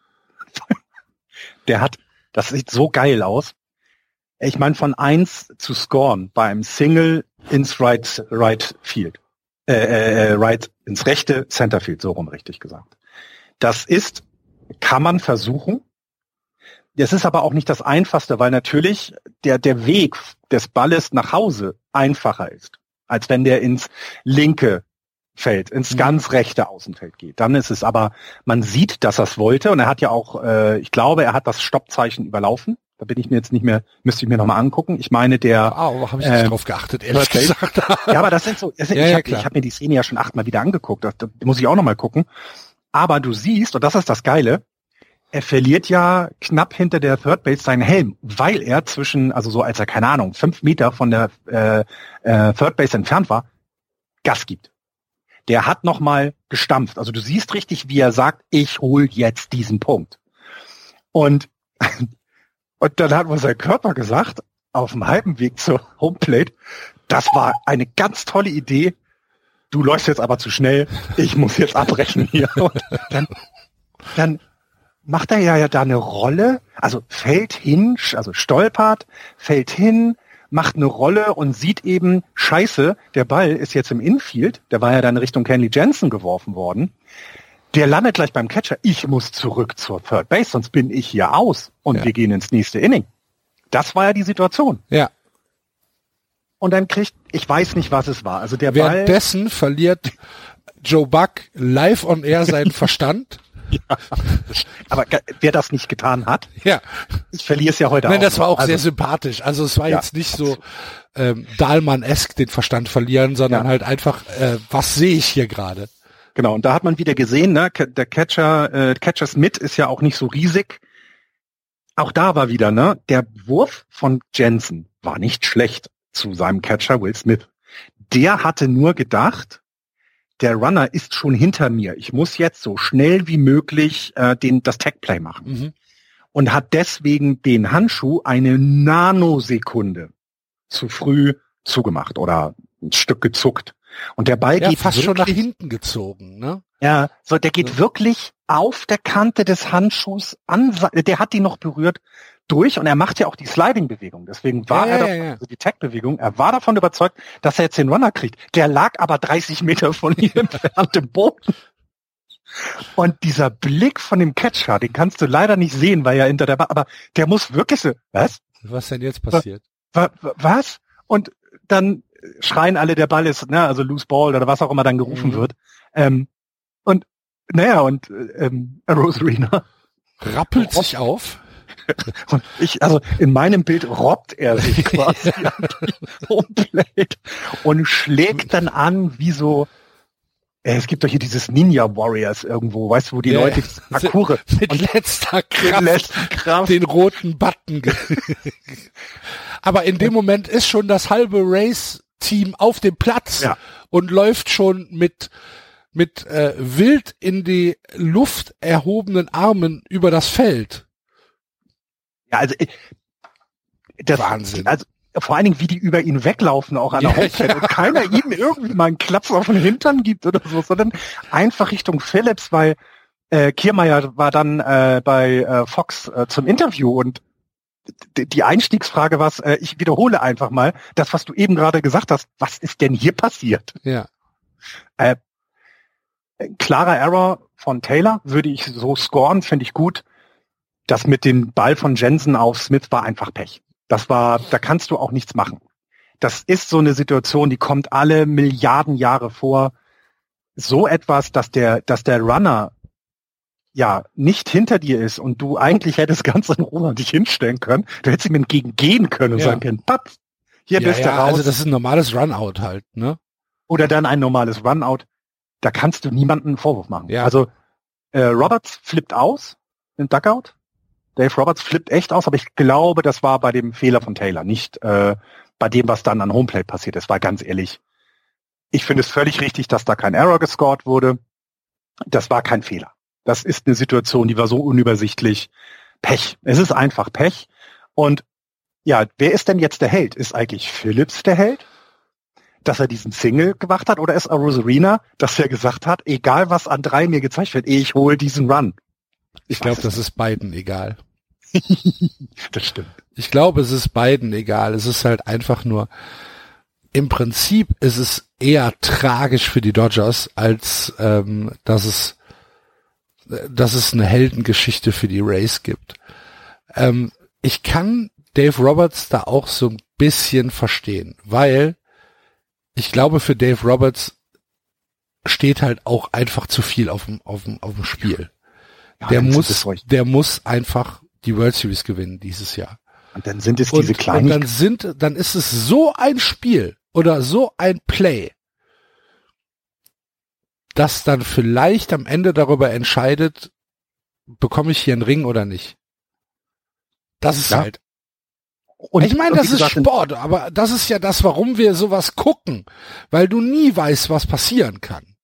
Der hat, das sieht so geil aus. Ich meine, von eins zu scoren bei einem Single ins Right, right Field. Äh, äh, right, ins rechte Centerfield, so rum richtig gesagt. Das ist, kann man versuchen. Das ist aber auch nicht das Einfachste, weil natürlich der, der Weg des Balles nach Hause einfacher ist, als wenn der ins linke Feld, ins mhm. ganz rechte Außenfeld geht. Dann ist es aber, man sieht, dass er es wollte und er hat ja auch, äh, ich glaube, er hat das Stoppzeichen überlaufen. Da bin ich mir jetzt nicht mehr, müsste ich mir nochmal angucken. Ich meine, der... Ah, oh, habe ich nicht ähm, drauf geachtet, ehrlich gesagt. Ja, aber das sind so... Das sind, ja, ich ja, habe hab mir die Szene ja schon achtmal wieder angeguckt. Da, da muss ich auch nochmal gucken. Aber du siehst, und das ist das Geile, er verliert ja knapp hinter der Third Base seinen Helm, weil er zwischen, also so als er, keine Ahnung, fünf Meter von der äh, äh, Third Base entfernt war, Gas gibt. Der hat nochmal gestampft. Also du siehst richtig, wie er sagt, ich hol jetzt diesen Punkt. Und... Und dann hat wohl sein Körper gesagt, auf dem halben Weg zur Homeplate, das war eine ganz tolle Idee, du läufst jetzt aber zu schnell, ich muss jetzt abbrechen hier. Und dann, dann macht er ja, ja da eine Rolle, also fällt hin, also stolpert, fällt hin, macht eine Rolle und sieht eben, scheiße, der Ball ist jetzt im Infield, der war ja dann Richtung Kenley Jansen geworfen worden. Der landet gleich beim Catcher. Ich muss zurück zur Third Base, sonst bin ich hier aus und ja. wir gehen ins nächste Inning. Das war ja die Situation. Ja. Und dann kriegt, ich weiß nicht, was es war. Also der Währenddessen Ball verliert Joe Buck live on air seinen Verstand. Ja. Aber wer das nicht getan hat, ja. ich verliere es ja heute Nein, auch. Das war auch also, sehr sympathisch. Also es war ja. jetzt nicht so ähm, Dahlmann-esk den Verstand verlieren, sondern ja. halt einfach, äh, was sehe ich hier gerade? Genau, und da hat man wieder gesehen, ne, der Catcher, äh, Catcher Smith ist ja auch nicht so riesig. Auch da war wieder, ne, der Wurf von Jansen war nicht schlecht zu seinem Catcher Will Smith. Der hatte nur gedacht, der Runner ist schon hinter mir. Ich muss jetzt so schnell wie möglich äh, den das Tag-Play machen. Mhm. Und hat deswegen den Handschuh eine Nanosekunde zu früh zugemacht oder ein Stück gezuckt. Und der Ball ja, geht fast wirklich, schon nach hinten gezogen, ne? Ja, so der geht ja. wirklich auf der Kante des Handschuhs an, der hat die noch berührt durch und er macht ja auch die Sliding-Bewegung. Deswegen war ja, er, ja, davon, ja. also die Tag-Bewegung, er war davon überzeugt, dass er jetzt den Runner kriegt. Der lag aber dreißig Meter von ihm entfernt im Boden. Und dieser Blick von dem Catcher, den kannst du leider nicht sehen, weil er hinter der Bar, aber der muss wirklich so, was? Was denn jetzt passiert? Was? was? Und dann schreien alle, der Ball ist, ne, also loose ball oder was auch immer dann gerufen mhm. wird. Ähm, und naja, und ähm, Arozarena rappelt sich auf. Und ich, also in meinem Bild robbt er sich quasi an die Homeplate und schlägt dann an wie so, äh, es gibt doch hier dieses Ninja Warriors irgendwo, weißt du, wo die yeah. Leute Akure mit und letzter Kraft, letzter Kraft den roten Button. Aber in dem Moment ist schon das halbe Race-Team auf dem Platz ja. und läuft schon mit mit äh, wild in die Luft erhobenen Armen über das Feld. Ja, also das Wahnsinn. Also vor allen Dingen, wie die über ihn weglaufen, auch an der ja, Hochzeit, ja. und keiner ihm irgendwie mal einen Klaps auf den Hintern gibt oder so, sondern einfach Richtung Phillips, weil äh, Kiermaier war dann äh, bei äh, Fox äh, zum Interview und d- die Einstiegsfrage war, äh, ich wiederhole einfach mal, das, was du eben gerade gesagt hast, was ist denn hier passiert? Ja. Äh, klarer Error von Taylor, würde ich so scoren, finde ich gut. Das mit dem Ball von Jansen auf Smith war einfach Pech. Das war, da kannst du auch nichts machen. Das ist so eine Situation, die kommt alle Milliarden Jahre vor. So etwas, dass der, dass der Runner ja nicht hinter dir ist und du eigentlich hättest ganz in Ruhe dich hinstellen können. Du hättest ihm entgegengehen können und ja. sagen können, papp, hier ja, bist ja, du raus. Also das ist ein normales Runout halt, ne? Oder dann ein normales Runout. Da kannst du niemanden einen Vorwurf machen. Ja. Also äh, Roberts flippt aus im Dugout. Dave Roberts flippt echt aus, aber ich glaube, das war bei dem Fehler von Taylor, nicht äh, bei dem, was dann an Homeplate passiert ist. War ganz ehrlich, ich finde es völlig richtig, dass da kein Error gescored wurde. Das war kein Fehler. Das ist eine Situation, die war so unübersichtlich. Pech. Es ist einfach Pech. Und ja, wer ist denn jetzt der Held? Ist eigentlich Phillips der Held? dass er diesen Single gemacht hat, oder ist Arozarena, dass er gesagt hat, egal was an drei mir gezeigt wird, ich hole diesen Run? Ich glaube, das ist beiden egal. Das stimmt. Ich glaube, es ist beiden egal. Es ist halt einfach nur, im Prinzip ist es eher tragisch für die Dodgers, als ähm, dass es dass es eine Heldengeschichte für die Rays gibt. Ähm, ich kann Dave Roberts da auch so ein bisschen verstehen, weil ich glaube, für Dave Roberts steht halt auch einfach zu viel auf dem auf dem auf dem Spiel. Ja, der muss der muss einfach die World Series gewinnen dieses Jahr. Und dann sind es diese und, kleinen. Und dann sind dann ist es so ein Spiel oder so ein Play, das dann vielleicht am Ende darüber entscheidet, bekomme ich hier einen Ring oder nicht. Das ist ja. halt. Und ich meine, das ist Sport, aber das ist ja das, warum wir sowas gucken, weil du nie weißt, was passieren kann.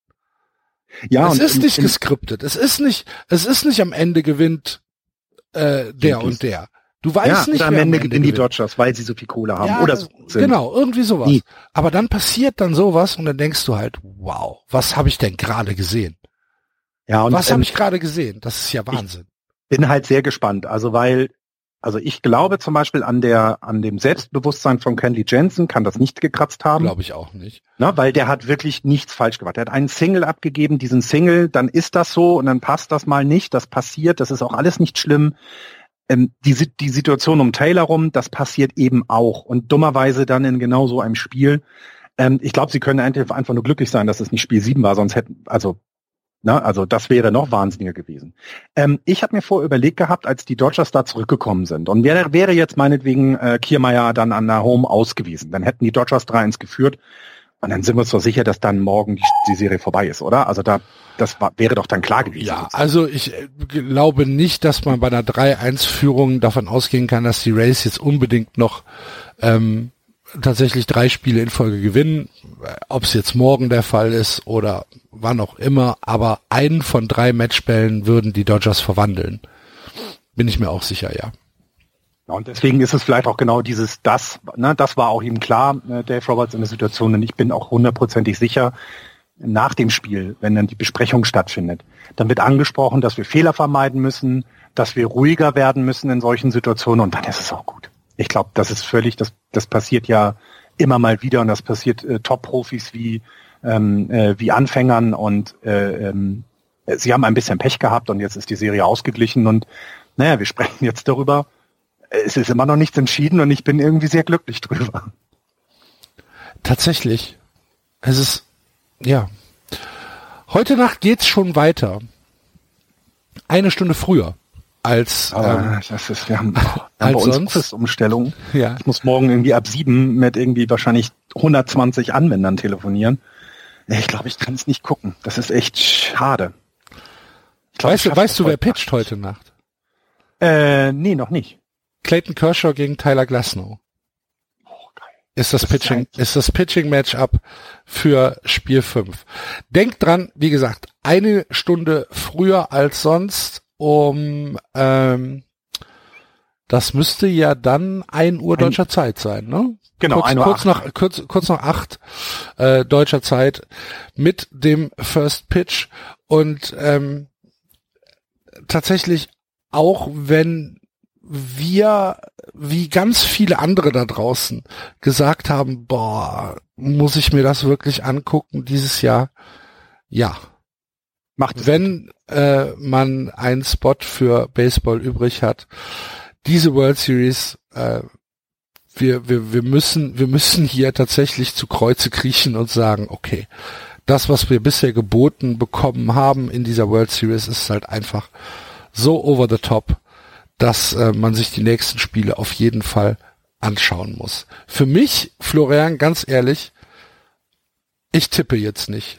Ja, es und ist in, nicht in, geskriptet. Es ist nicht, es ist nicht am Ende gewinnt äh, der und der. Du weißt ja, nicht, wer am Ende gewinnen die Dodgers, weil sie so viel Kohle haben. Ja, oder so sind. Genau, irgendwie sowas. Nie. Aber dann passiert dann sowas und dann denkst du halt, wow, was habe ich denn gerade gesehen? Ja, und was ähm, habe ich gerade gesehen? Das ist ja Wahnsinn. Ich bin halt sehr gespannt, also weil, also ich glaube zum Beispiel an der, an dem Selbstbewusstsein von Kenley Jansen kann das nicht gekratzt haben. Glaube ich auch nicht. Na, weil der hat wirklich nichts falsch gemacht. Er hat einen Single abgegeben, diesen Single, dann ist das so und dann passt das mal nicht, das passiert, das ist auch alles nicht schlimm. Ähm, die, die Situation um Taylor rum, das passiert eben auch. Und dummerweise dann in genau so einem Spiel. Ähm, ich glaube, sie können einfach nur glücklich sein, dass es nicht Spiel sieben war, sonst hätten, also, na, also das wäre noch wahnsinniger gewesen. Ähm, ich habe mir vorher überlegt gehabt, als die Dodgers da zurückgekommen sind, und wäre, wäre jetzt meinetwegen äh, Kiermaier dann an der Home ausgewiesen, dann hätten die Dodgers drei eins geführt. Und dann sind wir uns doch sicher, dass dann morgen die, die Serie vorbei ist, oder? Also da, das war, wäre doch dann klar gewesen. Ja, also ich glaube nicht, dass man bei einer drei eins Führung davon ausgehen kann, dass die Rays jetzt unbedingt noch ähm, tatsächlich drei Spiele in Folge gewinnen. Ob es jetzt morgen der Fall ist oder wann auch immer, aber einen von drei Matchbällen würden die Dodgers verwandeln. Bin ich mir auch sicher, ja. Ja, und deswegen ist es vielleicht auch genau dieses, das, ne, das war auch ihm klar, äh, Dave Roberts in der Situation, und ich bin auch hundertprozentig sicher, nach dem Spiel, wenn dann die Besprechung stattfindet, dann wird angesprochen, dass wir Fehler vermeiden müssen, dass wir ruhiger werden müssen in solchen Situationen, und dann ist es auch gut. Ich glaube, das ist völlig, das, das passiert ja immer mal wieder, und das passiert äh, Top-Profis wie, ähm, äh, wie Anfängern, und äh, ähm, sie haben ein bisschen Pech gehabt und jetzt ist die Serie ausgeglichen, und naja, wir sprechen jetzt darüber. Es ist immer noch nichts entschieden und ich bin irgendwie sehr glücklich drüber. Tatsächlich. Es ist, ja. Heute Nacht geht's schon weiter. Eine Stunde früher als, Aber ähm, das ist, wir haben, wir haben bei uns Office-Umstellung. Ja. Ich muss morgen irgendwie ab sieben mit irgendwie wahrscheinlich hundertzwanzig Anwendern telefonieren. Ich glaube, ich kann es nicht gucken. Das ist echt schade. Glaub, weißt du, weißt du, wer pitcht heute Nacht? Äh, nee, noch nicht. Clayton Kershaw gegen Tyler Glasnow. Oh, geil. Ist das, das Pitching, ist, ist das Pitching-Matchup für Spiel fünf. Denkt dran, wie gesagt, eine Stunde früher als sonst, um, ähm, das müsste ja dann ein Uhr deutscher ein, Zeit sein, ne? Genau, kurz, kurz nach, kurz, kurz nach acht, äh, deutscher Zeit mit dem First Pitch, und, ähm, tatsächlich, auch wenn wir, wie ganz viele andere da draußen, gesagt haben, boah, muss ich mir das wirklich angucken dieses Jahr? Ja. Macht es. Wenn äh, man einen Spot für Baseball übrig hat, diese World Series, äh, wir, wir, wir müssen, wir müssen hier tatsächlich zu Kreuze kriechen und sagen, okay, das, was wir bisher geboten bekommen haben in dieser World Series, ist halt einfach so over the top, dass äh, man sich die nächsten Spiele auf jeden Fall anschauen muss. Für mich, Florian, ganz ehrlich, ich tippe jetzt nicht.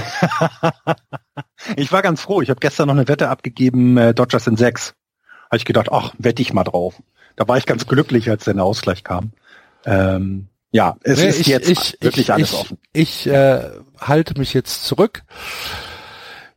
Ich war ganz froh. Ich habe gestern noch eine Wette abgegeben, äh, Dodgers in sechs. Habe ich gedacht, ach, wette ich mal drauf. Da war ich ganz glücklich, als der Ausgleich kam. Ähm, ja, es nee, ist ich, jetzt ich, wirklich ich, alles ich, offen. Ich äh, halte mich jetzt zurück.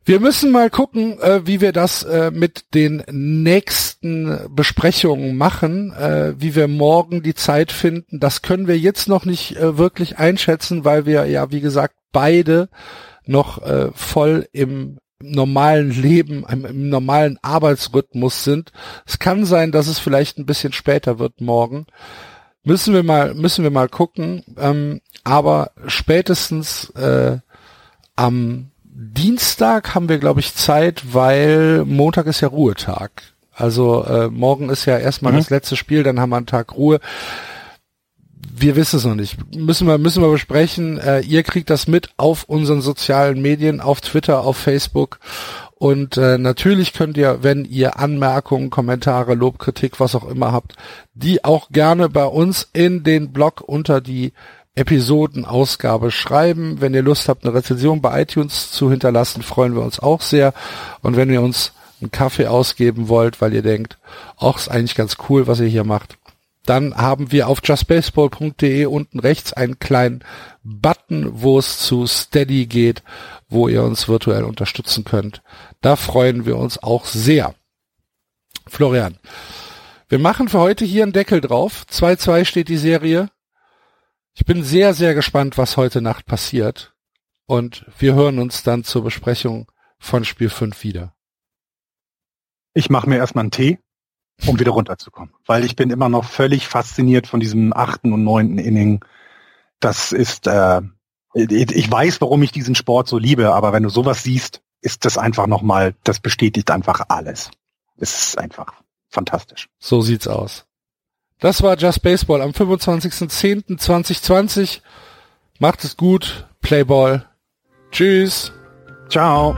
Wir müssen mal gucken, äh, wie wir das äh, mit den nächsten Besprechungen machen, äh, wie wir morgen die Zeit finden. Das können wir jetzt noch nicht äh, wirklich einschätzen, weil wir ja, wie gesagt, beide noch äh, voll im normalen Leben, im, im normalen Arbeitsrhythmus sind. Es kann sein, dass es vielleicht ein bisschen später wird morgen. Müssen wir mal, müssen wir mal gucken. Ähm, aber spätestens äh, am Dienstag haben wir, glaube ich, Zeit, weil Montag ist ja Ruhetag. Also äh, morgen ist ja erstmal mhm. das letzte Spiel, dann haben wir einen Tag Ruhe. Wir wissen es noch nicht. Müssen wir, müssen wir besprechen. Äh, ihr kriegt das mit auf unseren sozialen Medien, auf Twitter, auf Facebook. Und äh, natürlich könnt ihr, wenn ihr Anmerkungen, Kommentare, Lob, Kritik, was auch immer habt, die auch gerne bei uns in den Blog unter die Episodenausgabe schreiben. Wenn ihr Lust habt, eine Rezension bei iTunes zu hinterlassen, freuen wir uns auch sehr. Und wenn ihr uns einen Kaffee ausgeben wollt, weil ihr denkt, ach, ist eigentlich ganz cool, was ihr hier macht, dann haben wir auf just baseball punkt de unten rechts einen kleinen Button, wo es zu Steady geht, wo ihr uns virtuell unterstützen könnt. Da freuen wir uns auch sehr. Florian, wir machen für heute hier einen Deckel drauf. zwei zwei steht die Serie. Ich bin sehr, sehr gespannt, was heute Nacht passiert. Und wir hören uns dann zur Besprechung von Spiel fünf wieder. Ich mache mir erstmal einen Tee, um wieder runterzukommen. Weil ich bin immer noch völlig fasziniert von diesem achten und neunten Inning. Das ist, äh, ich weiß, warum ich diesen Sport so liebe, aber wenn du sowas siehst, ist das einfach nochmal, das bestätigt einfach alles. Es ist einfach fantastisch. So sieht's aus. Das war Just Baseball am fünfundzwanzigsten zehnten zweitausendzwanzig. Macht es gut. Play Ball. Tschüss. Ciao.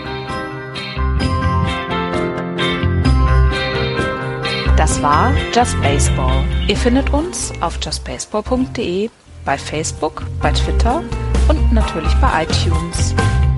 Das war Just Baseball. Ihr findet uns auf just baseball punkt de, bei Facebook, bei Twitter und natürlich bei iTunes.